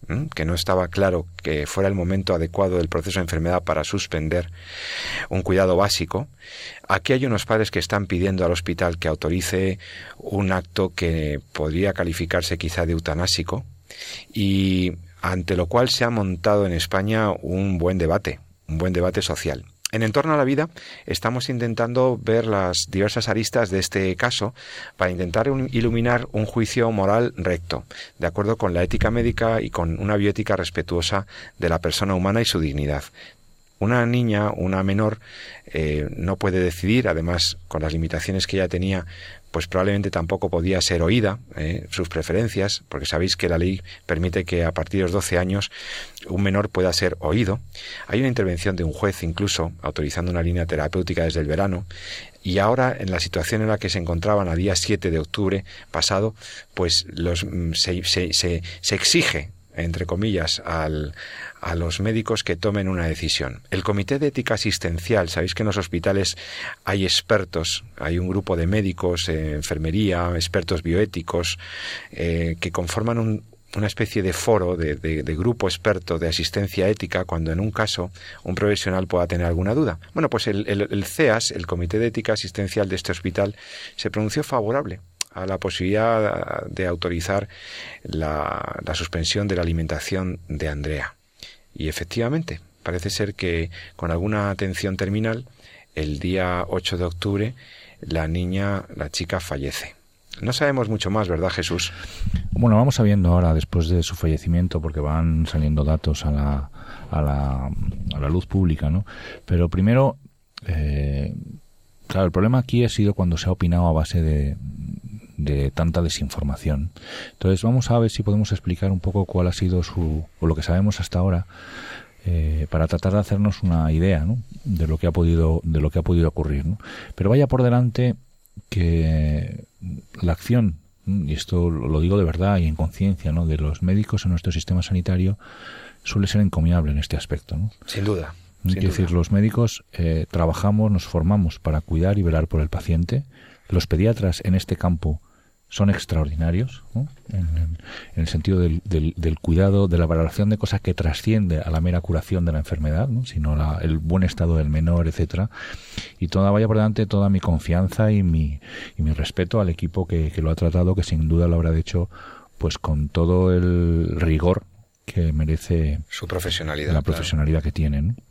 que no estaba claro que fuera el momento adecuado del proceso de enfermedad para suspender un cuidado básico, aquí hay unos padres que están pidiendo al hospital que autorice un acto que podría calificarse quizá de eutanásico, y ante lo cual se ha montado en España un buen debate social. En Entorno a la Vida estamos intentando ver las diversas aristas de este caso para intentar iluminar un juicio moral recto, de acuerdo con la ética médica y con una bioética respetuosa de la persona humana y su dignidad. Una niña, una menor, no puede decidir, además con las limitaciones que ella tenía, pues probablemente tampoco podía ser oída, sus preferencias, porque sabéis que la ley permite que a partir de los 12 años un menor pueda ser oído. Hay una intervención de un juez incluso, autorizando una línea terapéutica desde el verano, y ahora en la situación en la que se encontraban a día 7 de octubre pasado, pues se exige, entre comillas, a los médicos que tomen una decisión. El Comité de Ética Asistencial, sabéis que en los hospitales hay expertos, hay un grupo de médicos, enfermería, expertos bioéticos, que conforman una especie de foro, de grupo experto de asistencia ética cuando en un caso un profesional pueda tener alguna duda. Bueno, pues el CEAS, el Comité de Ética Asistencial de este hospital, se pronunció favorable a la posibilidad de autorizar la suspensión de la alimentación de Andrea. Y efectivamente, parece ser que con alguna atención terminal, el día 8 de octubre, la chica fallece. No sabemos mucho más, ¿verdad, Jesús? Bueno, vamos sabiendo ahora, después de su fallecimiento, porque van saliendo datos a la luz pública, ¿no? Pero primero, claro, el problema aquí ha sido cuando se ha opinado a base de tanta desinformación. Entonces vamos a ver si podemos explicar un poco cuál ha sido o lo que sabemos hasta ahora, para tratar de hacernos una idea, ¿no?, de lo que ha podido ocurrir, ¿no? Pero vaya por delante que la acción, y esto lo digo de verdad y en conciencia, ¿no?, de los médicos en nuestro sistema sanitario suele ser encomiable en este aspecto, ¿no? Sin duda. Es decir, los médicos trabajamos, nos formamos para cuidar y velar por el paciente. Los pediatras en este campo son extraordinarios, ¿no?, en el sentido del cuidado, de la valoración de cosas que trasciende a la mera curación de la enfermedad, ¿no?, sino el buen estado del menor, etcétera. Y vaya por delante toda mi confianza y mi respeto al equipo que lo ha tratado, que sin duda lo habrá hecho pues con todo el rigor que merece su profesionalidad, la profesionalidad que tienen, ¿no?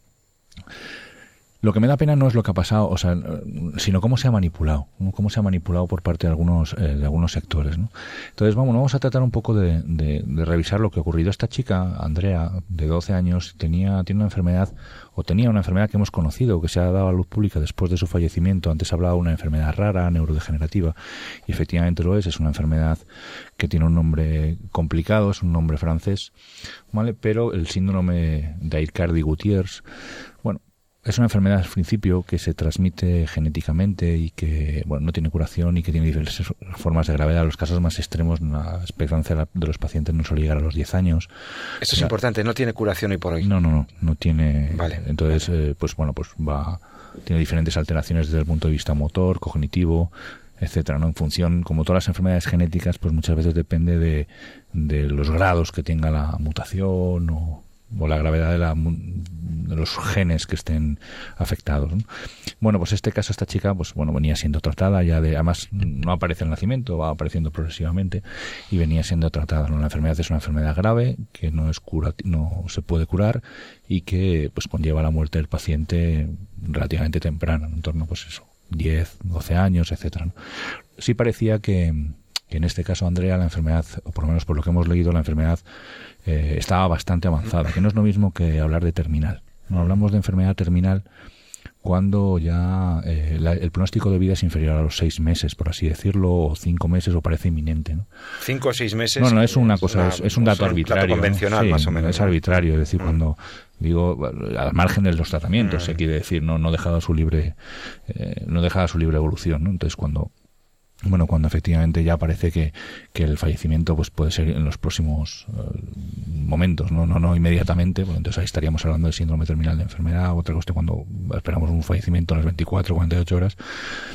Lo que me da pena no es lo que ha pasado, o sea, sino cómo se ha manipulado, ¿no?, cómo se ha manipulado por parte de algunos sectores, ¿no? Entonces, vamos a tratar un poco de revisar lo que ha ocurrido. Esta chica, Andrea, de 12 años, tenía una enfermedad que hemos conocido, que se ha dado a la luz pública después de su fallecimiento. Antes hablaba de una enfermedad rara, neurodegenerativa, y efectivamente lo es una enfermedad que tiene un nombre complicado, es un nombre francés, ¿vale? Pero el síndrome de Aicardi-Gouttiers, bueno, es una enfermedad al principio que se transmite genéticamente y que, bueno, no tiene curación y que tiene diversas formas de gravedad. En los casos más extremos, la esperanza de los pacientes no suele llegar a los 10 años. Esto es importante, no tiene curación hoy por hoy. No tiene. Vale. Entonces, tiene diferentes alteraciones desde el punto de vista motor, cognitivo, etcétera, ¿no? En función, como todas las enfermedades genéticas, pues muchas veces depende de los grados que tenga la mutación o la gravedad de los genes que estén afectados, ¿no? Bueno, pues este caso, esta chica, pues bueno, venía siendo tratada además no aparece al nacimiento, va apareciendo progresivamente y venía siendo tratada, ¿no? La enfermedad es una enfermedad grave que no se puede curar y que pues conlleva la muerte del paciente relativamente temprana, en torno, pues eso, 10, 12 años, etcétera, ¿no? Sí parecía que en este caso, Andrea, la enfermedad, o por lo menos por lo que hemos leído, la enfermedad estaba bastante avanzada, que no es lo mismo que hablar de terminal. No hablamos de enfermedad terminal cuando ya el pronóstico de vida es inferior a los 6 meses, por así decirlo, o 5 meses, o parece inminente, ¿no? 5 o 6 meses. No, es una cosa, es un dato arbitrario. Dato convencional, ¿no? Sí, más o menos. Es arbitrario, es decir, cuando digo al margen de los tratamientos, se quiere decir, no dejada su libre evolución, ¿no? Entonces cuando efectivamente ya parece que el fallecimiento pues puede ser en los próximos momentos, no inmediatamente, pues entonces ahí estaríamos hablando del síndrome terminal de enfermedad. Otra cuestión cuando esperamos un fallecimiento en las 24 o 48 horas.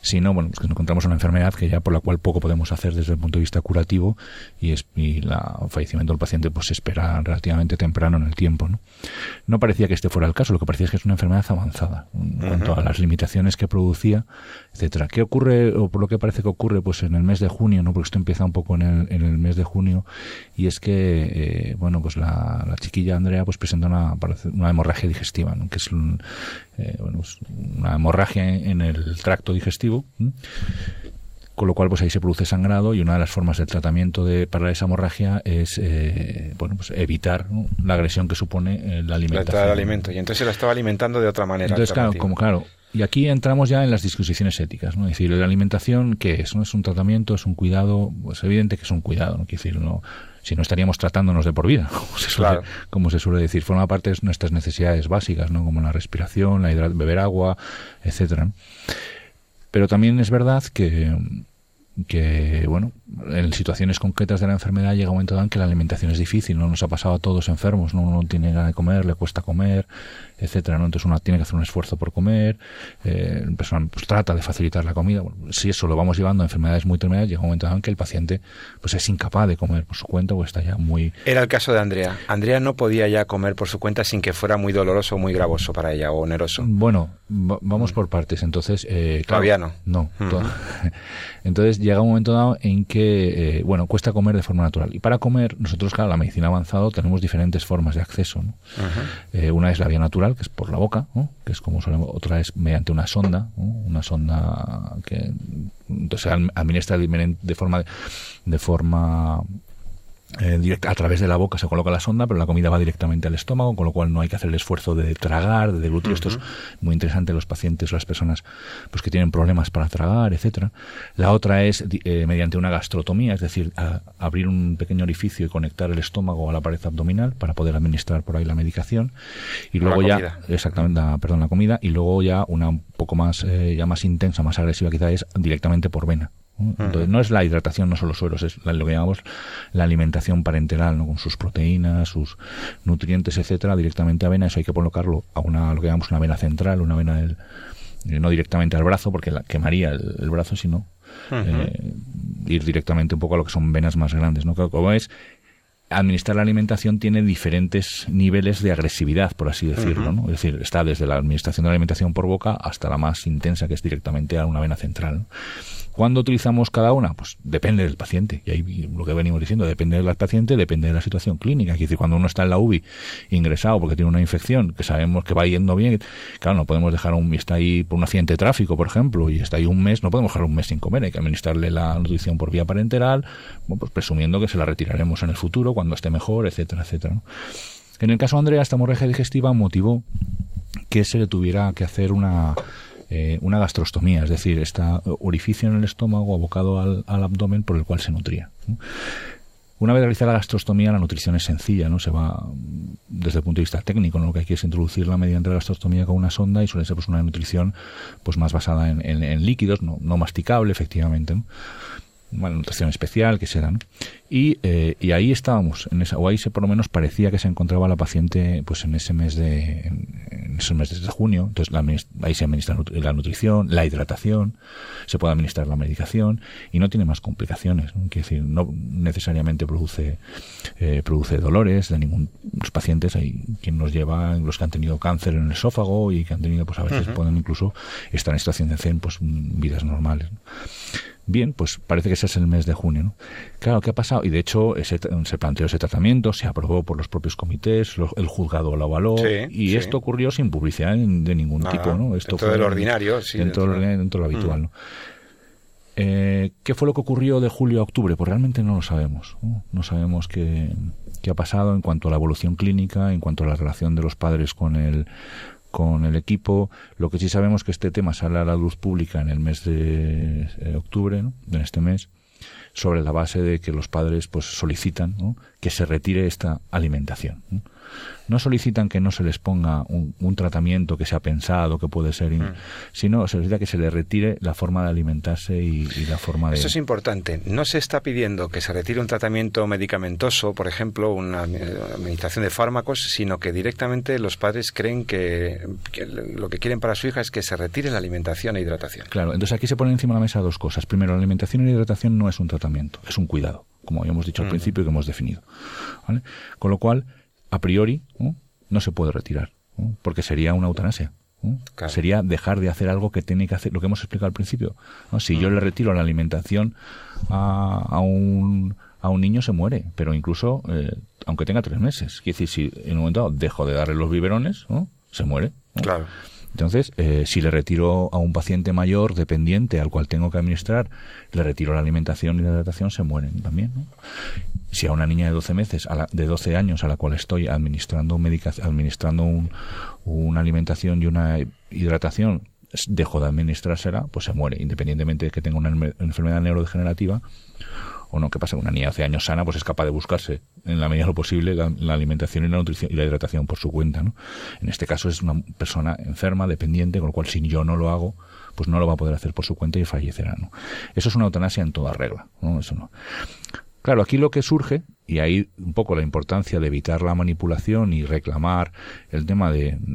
sino, bueno, pues que nos encontramos una enfermedad que ya por la cual poco podemos hacer desde el punto de vista curativo y el fallecimiento del paciente pues se espera relativamente temprano en el tiempo, ¿no? No parecía que este fuera el caso, lo que parecía es que es una enfermedad avanzada en cuanto a las limitaciones que producía, etcétera. ¿Qué ocurre, o por lo que parece que ocurre, pues en el mes de junio, ¿no? Porque esto empieza un poco en el mes de junio, y es que, bueno, pues la chiquilla Andrea pues presenta una hemorragia digestiva, ¿no? Que es pues una hemorragia en el tracto digestivo, ¿sí? Con lo cual pues ahí se produce sangrado, y una de las formas de tratamiento para esa hemorragia es bueno, pues evitar, ¿no?, la agresión que supone la alimentación. La entrada del alimento, y entonces se la estaba alimentando de otra manera. Entonces, claro, y aquí entramos ya en las disquisiciones éticas, ¿no? Es decir, la alimentación, ¿qué es? ¿No? ¿Es un tratamiento? ¿Es un cuidado? Pues evidente que es un cuidado, ¿no? Quiero decir, no, si no estaríamos tratándonos de por vida, como se suele decir. Forma parte de nuestras necesidades básicas, ¿no? Como la respiración, beber agua, etcétera, ¿no? Pero también es verdad que bueno, en situaciones concretas de la enfermedad llega un momento en que la alimentación es difícil, ¿no? Nos ha pasado a todos enfermos, ¿no? Uno tiene ganas de comer, le cuesta comer, etcétera, ¿no? Entonces uno tiene que hacer un esfuerzo por comer, la persona pues trata de facilitar la comida. Bueno, si eso lo vamos llevando a enfermedades muy terminales, llega un momento en que el paciente pues es incapaz de comer por su cuenta, o está ya muy... Era el caso de Andrea. Andrea no podía ya comer por su cuenta sin que fuera muy doloroso o muy gravoso para ella, o oneroso. Bueno, vamos por partes. Entonces, todavía no. No. Entonces llega un momento dado en que, bueno, cuesta comer de forma natural. Y para comer, nosotros, claro, la medicina ha avanzado, tenemos diferentes formas de acceso, ¿no? Una es la vía natural, que es por la boca, ¿no? Que es como otra es mediante una sonda, ¿no? Una sonda que entonces administra de forma directa, a través de la boca se coloca la sonda, pero la comida va directamente al estómago, con lo cual no hay que hacer el esfuerzo de tragar, de deglutir. Esto es muy interesante en los pacientes o las personas pues que tienen problemas para tragar, etcétera. La otra es mediante una gastrotomía, es decir, abrir un pequeño orificio y conectar el estómago a la pared abdominal para poder administrar por ahí la medicación. Y luego la comida, y luego ya una un poco más ya más intensa, más agresiva quizá, es directamente por vena. Entonces no es la hidratación, no son los sueros, es lo que llamamos la alimentación parenteral, ¿no? Con sus proteínas, sus nutrientes, etcétera, directamente a vena. Eso hay que colocarlo a lo que llamamos una vena central, una vena no directamente al brazo, porque quemaría el brazo, sino ir directamente un poco a lo que son venas más grandes, ¿no? Como es, administrar la alimentación tiene diferentes niveles de agresividad, por así decirlo, ¿no? Es decir, está desde la administración de la alimentación por boca hasta la más intensa, que es directamente a una vena central, ¿no? ¿Cuándo utilizamos cada una? Pues depende del paciente. Y ahí lo que venimos diciendo, depende del paciente, depende de la situación clínica. Es decir, cuando uno está en la UBI ingresado porque tiene una infección, que sabemos que va yendo bien, claro, no podemos dejar está ahí por un accidente de tráfico, por ejemplo, y está ahí un mes, no podemos dejar un mes sin comer. Hay que administrarle la nutrición por vía parenteral, bueno, pues presumiendo que se la retiraremos en el futuro cuando esté mejor, etcétera, etcétera, ¿no? En el caso de Andrea, esta hemorragia digestiva motivó que se le tuviera que hacer una gastrostomía, es decir, este orificio en el estómago abocado al abdomen por el cual se nutría, ¿no? Una vez realizada la gastrostomía, la nutrición es sencilla, ¿no? Se va desde el punto de vista técnico, ¿no? Lo que hay que es introducirla mediante la gastrostomía con una sonda, y suele ser pues una nutrición pues más basada en líquidos, no masticable, efectivamente, ¿no? Una nutrición especial que se da, ¿no? Y ahí estábamos, o ahí por lo menos parecía que se encontraba la paciente pues en esos meses de junio. Entonces ahí se administra la nutrición, la hidratación, se puede administrar la medicación y no tiene más complicaciones, ¿no? Quiere decir, no necesariamente produce dolores de ningún. Los pacientes, hay quien nos lleva, los que han tenido cáncer en el esófago y que han tenido, pues a veces pueden incluso estar en situación de CEN, pues vidas normales, ¿no? Bien, pues parece que ese es el mes de junio, ¿no? Claro, ¿qué ha pasado? Y de hecho se planteó ese tratamiento, se aprobó por los propios comités, el juzgado lo avaló, y esto ocurrió sin publicidad de ningún tipo, ¿no? Esto dentro de lo ordinario, dentro de lo habitual, ¿no? ¿Qué fue lo que ocurrió de julio a octubre? Pues realmente no lo sabemos, ¿no? No sabemos qué ha pasado en cuanto a la evolución clínica, en cuanto a la relación de los padres con el equipo. Lo que sí sabemos es que este tema sale a la luz pública en el mes de octubre, ¿no? En este mes, sobre la base de que los padres pues solicitan, ¿no?, que se retire esta alimentación, ¿no? No solicitan que no se les ponga un tratamiento que se ha pensado que puede ser, sino se solicita que se les retire la forma de alimentarse y la forma de... Eso es importante. No se está pidiendo que se retire un tratamiento medicamentoso, por ejemplo, una administración de fármacos, sino que directamente los padres creen que lo que quieren para su hija es que se retire la alimentación e hidratación. Claro, entonces aquí se ponen encima de la mesa dos cosas. Primero, la alimentación y la hidratación no es un tratamiento, es un cuidado, como habíamos dicho al principio y que hemos definido, ¿vale? Con lo cual, a priori, no se puede retirar, porque sería una eutanasia. Claro. Sería dejar de hacer algo que tiene que hacer, lo que hemos explicado al principio, ¿no? Si yo le retiro la alimentación a un niño, se muere, pero incluso aunque tenga 3 meses. Quiere decir, si en un momento dado dejo de darle los biberones, se muere, ¿no? Claro. Entonces, si le retiro a un paciente mayor, dependiente, al cual tengo que administrar, le retiro la alimentación y la hidratación, se mueren también, ¿no? Si a una niña de 12 meses, de 12 años, a la cual estoy administrando una alimentación y una hidratación, dejo de administrársela, pues se muere, independientemente de que tenga una enfermedad neurodegenerativa o no. ¿Qué pasa? Una niña de 12 años sana pues es capaz de buscarse en la medida de lo posible la alimentación y la nutrición y la hidratación por su cuenta, ¿no? En este caso es una persona enferma, dependiente, con lo cual si yo no lo hago, pues no lo va a poder hacer por su cuenta y fallecerá, ¿no? Eso es una eutanasia en toda regla, ¿no? Eso no. Claro, aquí lo que surge, y ahí un poco la importancia de evitar la manipulación y reclamar el tema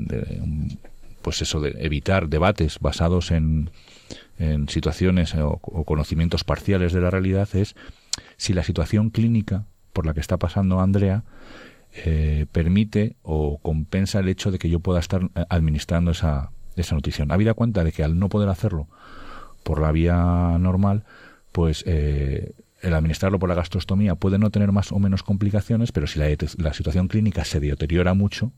pues eso, de evitar debates basados en situaciones o conocimientos parciales de la realidad, es si la situación clínica por la que está pasando Andrea permite o compensa el hecho de que yo pueda estar administrando esa nutrición. Habida cuenta de que al no poder hacerlo por la vía normal, pues el administrarlo por la gastrostomía puede no tener más o menos complicaciones, pero si la situación clínica se deteriora mucho,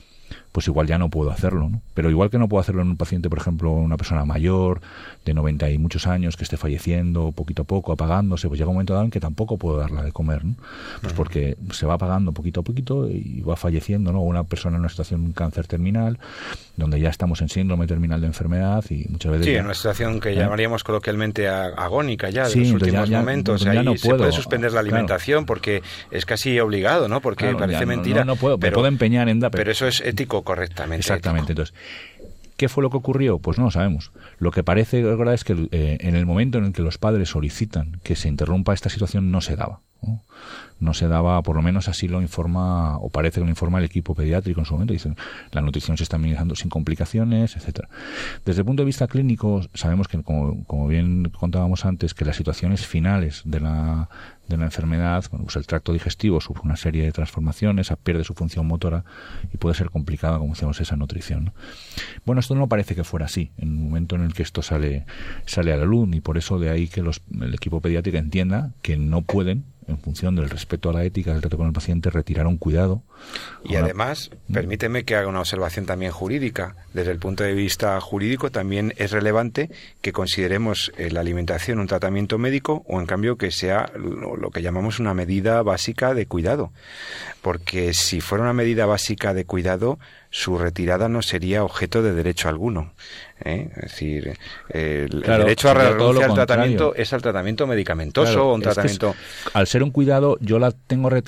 pues igual ya no puedo hacerlo, ¿no? Pero igual que no puedo hacerlo en un paciente, por ejemplo, una persona mayor, de 90 y muchos años, que esté falleciendo poquito a poco, apagándose, pues llega un momento dado en que tampoco puedo darla de comer, ¿no? Pues porque se va apagando poquito a poquito y va falleciendo, ¿no? Una persona en una situación de cáncer terminal, donde ya estamos en síndrome terminal de enfermedad y muchas veces... Sí, ya, en una situación que llamaríamos coloquialmente agónica ya, sí, de los últimos momentos. Ya ahí no se puede suspender la alimentación, claro, porque es casi obligado, ¿no? Porque parece mentira. No puedo, me puedo empeñar en dar... Pero eso es ético correctamente. Exactamente. Entonces, ¿qué fue lo que ocurrió? Pues no lo sabemos. Lo que parece verdad es que en el momento en el que los padres solicitan que se interrumpa esta situación no se daba, ¿no? No se daba, por lo menos así lo informa, o parece que lo informa el equipo pediátrico en su momento. Dicen, la nutrición se está administrando sin complicaciones, etcétera. Desde el punto de vista clínico, sabemos que, como bien contábamos antes, que las situaciones finales de la enfermedad, bueno, pues el tracto digestivo sufre una serie de transformaciones, pierde su función motora y puede ser complicada, como decíamos, esa nutrición, ¿no? Bueno, esto no parece que fuera así en el momento en el que esto sale a la luz, y por eso de ahí que el equipo pediátrico entienda que no pueden, en función del respeto a la ética del trato con el paciente, retirar un cuidado. Y además, permíteme que haga una observación también jurídica. Desde el punto de vista jurídico también es relevante que consideremos la alimentación un tratamiento médico, o en cambio que sea lo que llamamos una medida básica de cuidado. Porque si fuera una medida básica de cuidado, su retirada no sería objeto de derecho alguno. Es decir, el derecho a renuncia al tratamiento es al tratamiento medicamentoso, claro, o un tratamiento... Al ser un cuidado, yo lo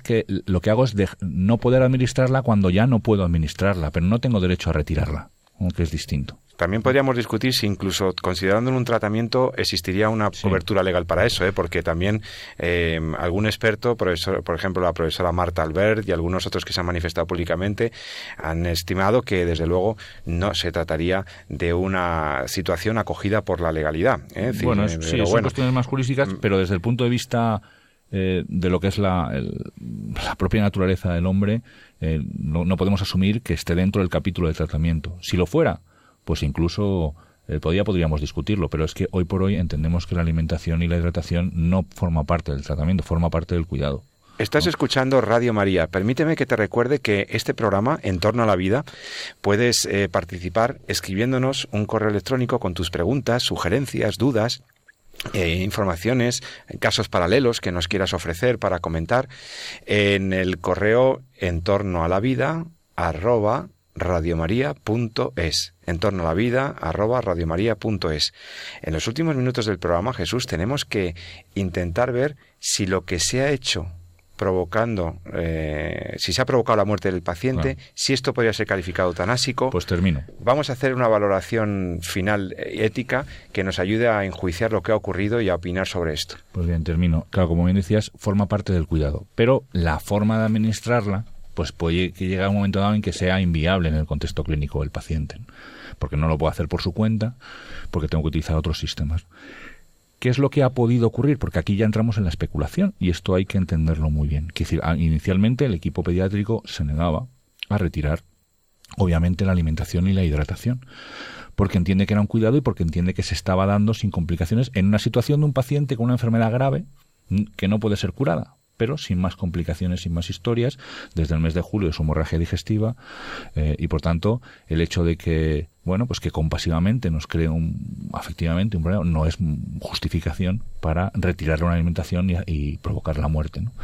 que hago es no poder administrarla cuando ya no puedo administrarla, pero no tengo derecho a retirarla, que es distinto. También podríamos discutir si incluso considerándolo un tratamiento existiría una cobertura legal para eso, porque también algún experto, por ejemplo la profesora Marta Albert y algunos otros que se han manifestado públicamente, han estimado que desde luego no se trataría de una situación acogida por la legalidad. Es decir, son cuestiones más jurídicas, pero desde el punto de vista de lo que es la propia naturaleza del hombre, no podemos asumir que esté dentro del capítulo de tratamiento. Si lo fuera, pues incluso podríamos discutirlo, pero es que hoy por hoy entendemos que la alimentación y la hidratación no forma parte del tratamiento, forma parte del cuidado. Estás escuchando Radio María. Permíteme que te recuerde que este programa, En torno a la vida, puedes participar escribiéndonos un correo electrónico con tus preguntas, sugerencias, dudas, informaciones, casos paralelos que nos quieras ofrecer para comentar en el correo entornoalavida@radiomaria.es, entornoalavida@radiomaria.es. En los últimos minutos del programa, Jesús, tenemos que intentar ver si lo que se ha hecho provocando, si se ha provocado la muerte del paciente, si esto podría ser calificado eutanásico. Pues termino. Vamos a hacer una valoración final ética que nos ayude a enjuiciar lo que ha ocurrido y a opinar sobre esto. Pues bien, termino. Claro, como bien decías, forma parte del cuidado, pero la forma de administrarla pues puede que llegue a un momento dado en que sea inviable en el contexto clínico del paciente, ¿no? Porque no lo puedo hacer por su cuenta, porque tengo que utilizar otros sistemas. ¿Qué es lo que ha podido ocurrir? Porque aquí ya entramos en la especulación y esto hay que entenderlo muy bien. Es decir, inicialmente el equipo pediátrico se negaba a retirar, obviamente, la alimentación y la hidratación, porque entiende que era un cuidado y porque entiende que se estaba dando sin complicaciones en una situación de un paciente con una enfermedad grave que no puede ser curada, pero sin más complicaciones, sin más historias, desde el mes de julio de su hemorragia digestiva, y por tanto el hecho de que, bueno, pues que compasivamente nos cree afectivamente un problema no es justificación para retirarle una alimentación y provocar la muerte, ¿no?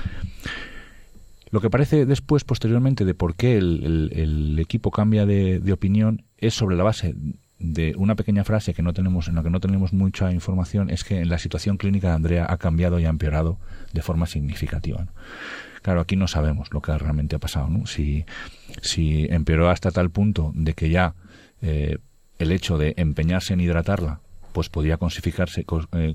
Lo que parece después, posteriormente, de por qué el equipo cambia de opinión es sobre la base de una pequeña frase en la que no tenemos mucha información, es que la situación clínica de Andrea ha cambiado y ha empeorado de forma significativa, ¿no? Claro, aquí no sabemos lo que realmente ha pasado, ¿no? Si empeoró hasta tal punto de que ya el hecho de empeñarse en hidratarla pues podría considerarse,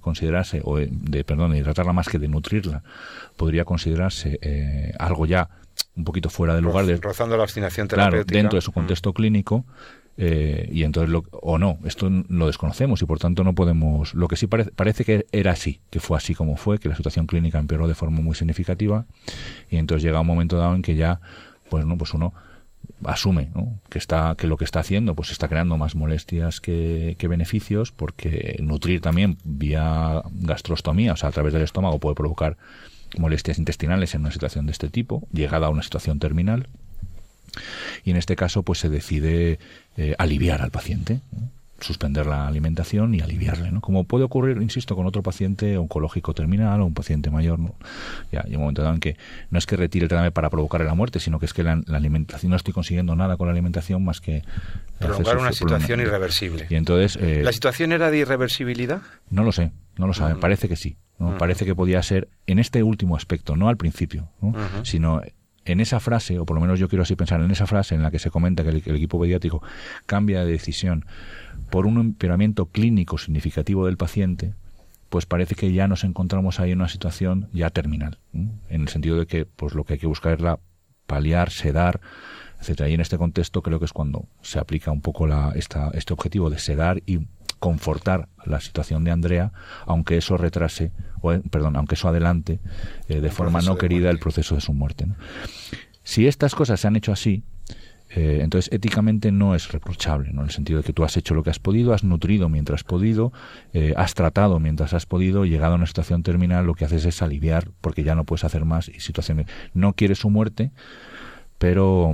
hidratarla más que de nutrirla, podría considerarse algo ya un poquito fuera de lugar, rozando la obstinación terapéutica, claro, dentro de su contexto clínico. Y entonces esto lo desconocemos y por tanto no podemos. Lo que sí parece que era así, que fue así como fue, que la situación clínica empeoró de forma muy significativa y entonces llega un momento dado en que ya pues uno asume, ¿no?, que lo que está haciendo pues está creando más molestias que beneficios, porque nutrir también vía gastrostomía, o sea, a través del estómago, puede provocar molestias intestinales en una situación de este tipo, llegada a una situación terminal. Y en este caso pues se decide aliviar al paciente, ¿no?, suspender la alimentación y aliviarle, ¿no? Como puede ocurrir, insisto, con otro paciente oncológico terminal o un paciente mayor, ¿no? Ya hay un momento dado en que no es que retire el tratamiento para provocarle la muerte, sino que es que la alimentación, no estoy consiguiendo nada con la alimentación más que prolongar una situación irreversible. Y entonces ¿la situación era de irreversibilidad? No lo sé, no lo saben. Parece que sí, ¿no? Parece que podía ser en este último aspecto, no al principio, ¿no? Sino en esa frase, o por lo menos yo quiero así pensar, en esa frase en la que se comenta que el equipo pediátrico cambia de decisión por un empeoramiento clínico significativo del paciente, pues parece que ya nos encontramos ahí en una situación ya terminal, ¿no? En el sentido de que pues lo que hay que buscar es paliar, sedar, etcétera. Y en este contexto creo que es cuando se aplica un poco este objetivo de sedar y confortar la situación de Andrea, aunque eso aunque eso adelante de forma no querida el proceso de su muerte, ¿no? Si estas cosas se han hecho así, entonces éticamente no es reprochable, ¿no? En el sentido de que tú has hecho lo que has podido, has nutrido mientras has podido, has tratado mientras has podido, llegado a una situación terminal lo que haces es aliviar porque ya no puedes hacer más y situaciones. No quieres su muerte, pero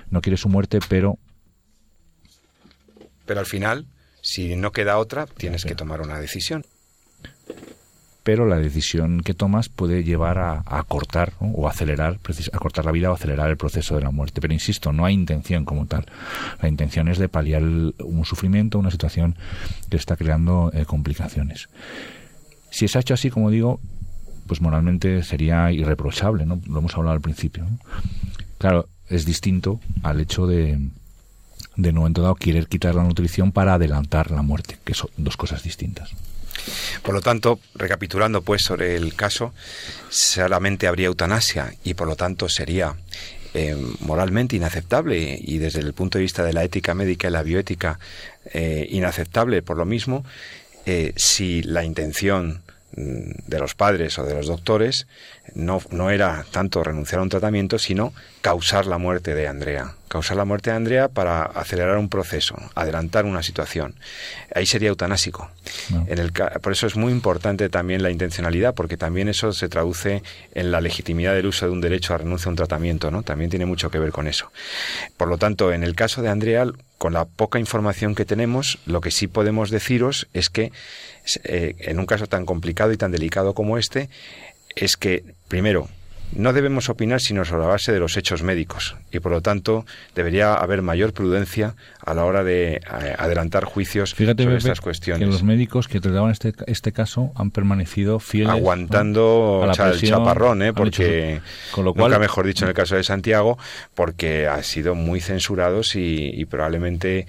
al final, si no queda otra, tienes que tomar una decisión. Pero la decisión que tomas puede llevar a cortar, ¿no?, o acelerar, a cortar la vida o acelerar el proceso de la muerte. Pero insisto, no hay intención como tal. La intención es de paliar un sufrimiento, una situación que está creando complicaciones. Si se ha hecho así, como digo, pues moralmente sería irreprochable, ¿no? Lo hemos hablado al principio, ¿no? Claro, es distinto al hecho de en un momento dado querer quitar la nutrición para adelantar la muerte, que son dos cosas distintas. Por lo tanto, recapitulando pues sobre el caso, solamente habría eutanasia y por lo tanto sería moralmente inaceptable y desde el punto de vista de la ética médica y la bioética inaceptable por lo mismo, si la intención de los padres o de los doctores no era tanto renunciar a un tratamiento, sino causar la muerte de Andrea. Causar la muerte de Andrea para acelerar un proceso, adelantar una situación. Ahí sería eutanásico. No. Por eso es muy importante también la intencionalidad, porque también eso se traduce en la legitimidad del uso de un derecho a renuncia a un tratamiento, ¿no? También tiene mucho que ver con eso. Por lo tanto, en el caso de Andrea, con la poca información que tenemos, lo que sí podemos deciros es que en un caso tan complicado y tan delicado como este, es que, primero, No debemos opinar sino sobre la base de los hechos médicos y, por lo tanto, debería haber mayor prudencia a la hora de adelantar juicios sobre estas cuestiones. Que los médicos que trataban este caso han permanecido fieles, aguantando a la presión, el chaparrón, porque, con lo cual, nunca mejor dicho en el caso de Santiago, porque han sido muy censurados y probablemente,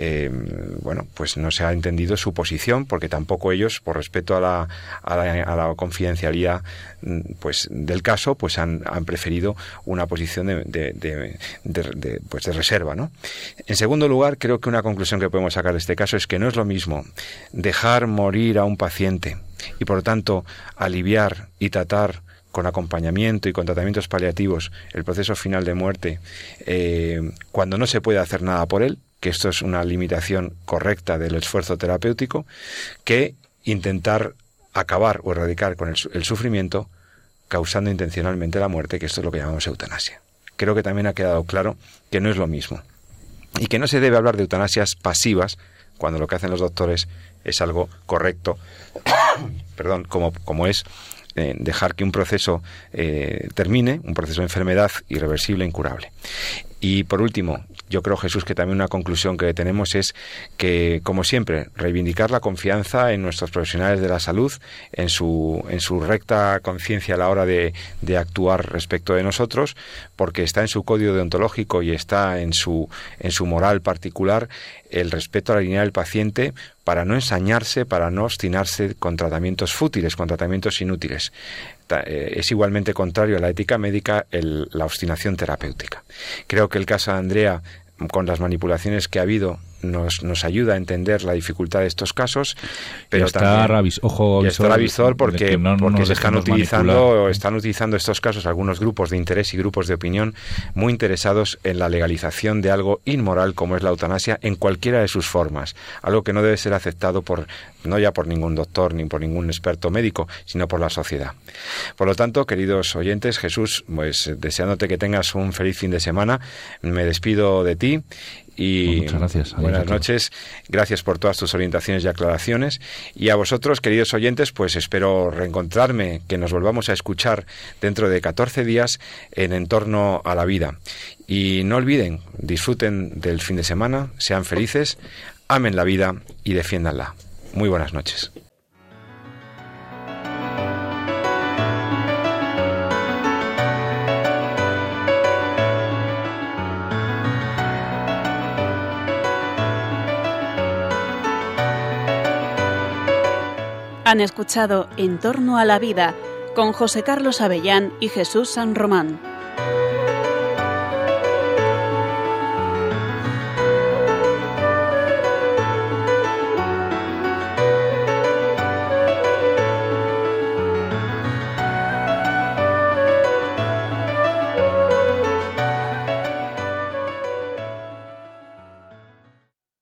pues no se ha entendido su posición, porque tampoco ellos, por respeto a la confidencialidad pues del caso, pues han preferido una posición de reserva, ¿no? En segundo lugar, creo que una conclusión que podemos sacar de este caso es que no es lo mismo dejar morir a un paciente y, por lo tanto, aliviar y tratar con acompañamiento y con tratamientos paliativos el proceso final de muerte cuando no se puede hacer nada por él, que esto es una limitación correcta del esfuerzo terapéutico, que intentar acabar o erradicar con el sufrimiento causando intencionalmente la muerte, que esto es lo que llamamos eutanasia. Creo que también ha quedado claro que no es lo mismo y que no se debe hablar de eutanasias pasivas cuando lo que hacen los doctores es algo correcto, como es dejar que un proceso termine, un proceso de enfermedad irreversible e incurable. Y por último, yo creo, Jesús, que también una conclusión que tenemos es que, como siempre, reivindicar la confianza en nuestros profesionales de la salud, en su recta conciencia a la hora de actuar respecto de nosotros, porque está en su código deontológico y está en su moral particular el respeto a la dignidad del paciente, para no ensañarse, para no obstinarse con tratamientos fútiles, con tratamientos inútiles. Es igualmente contrario a la ética médica la obstinación terapéutica. Creo que el caso de Andrea, con las manipulaciones que ha habido, nos ayuda a entender la dificultad de estos casos, pero también está avisor porque se están utilizando estos casos algunos grupos de interés y grupos de opinión muy interesados en la legalización de algo inmoral como es la eutanasia en cualquiera de sus formas, algo que no debe ser aceptado no ya por ningún doctor ni por ningún experto médico, sino por la sociedad. Por lo tanto, queridos oyentes, Jesús, pues deseándote que tengas un feliz fin de semana, me despido de ti. Y muchas gracias. Buenas noches, gracias por todas tus orientaciones y aclaraciones, y a vosotros, queridos oyentes, pues espero reencontrarme, que nos volvamos a escuchar dentro de 14 días En torno a la vida. Y no olviden, disfruten del fin de semana, sean felices, amen la vida y defiéndanla. Muy buenas noches. Han escuchado En torno a la vida con José Carlos Avellán y Jesús San Román.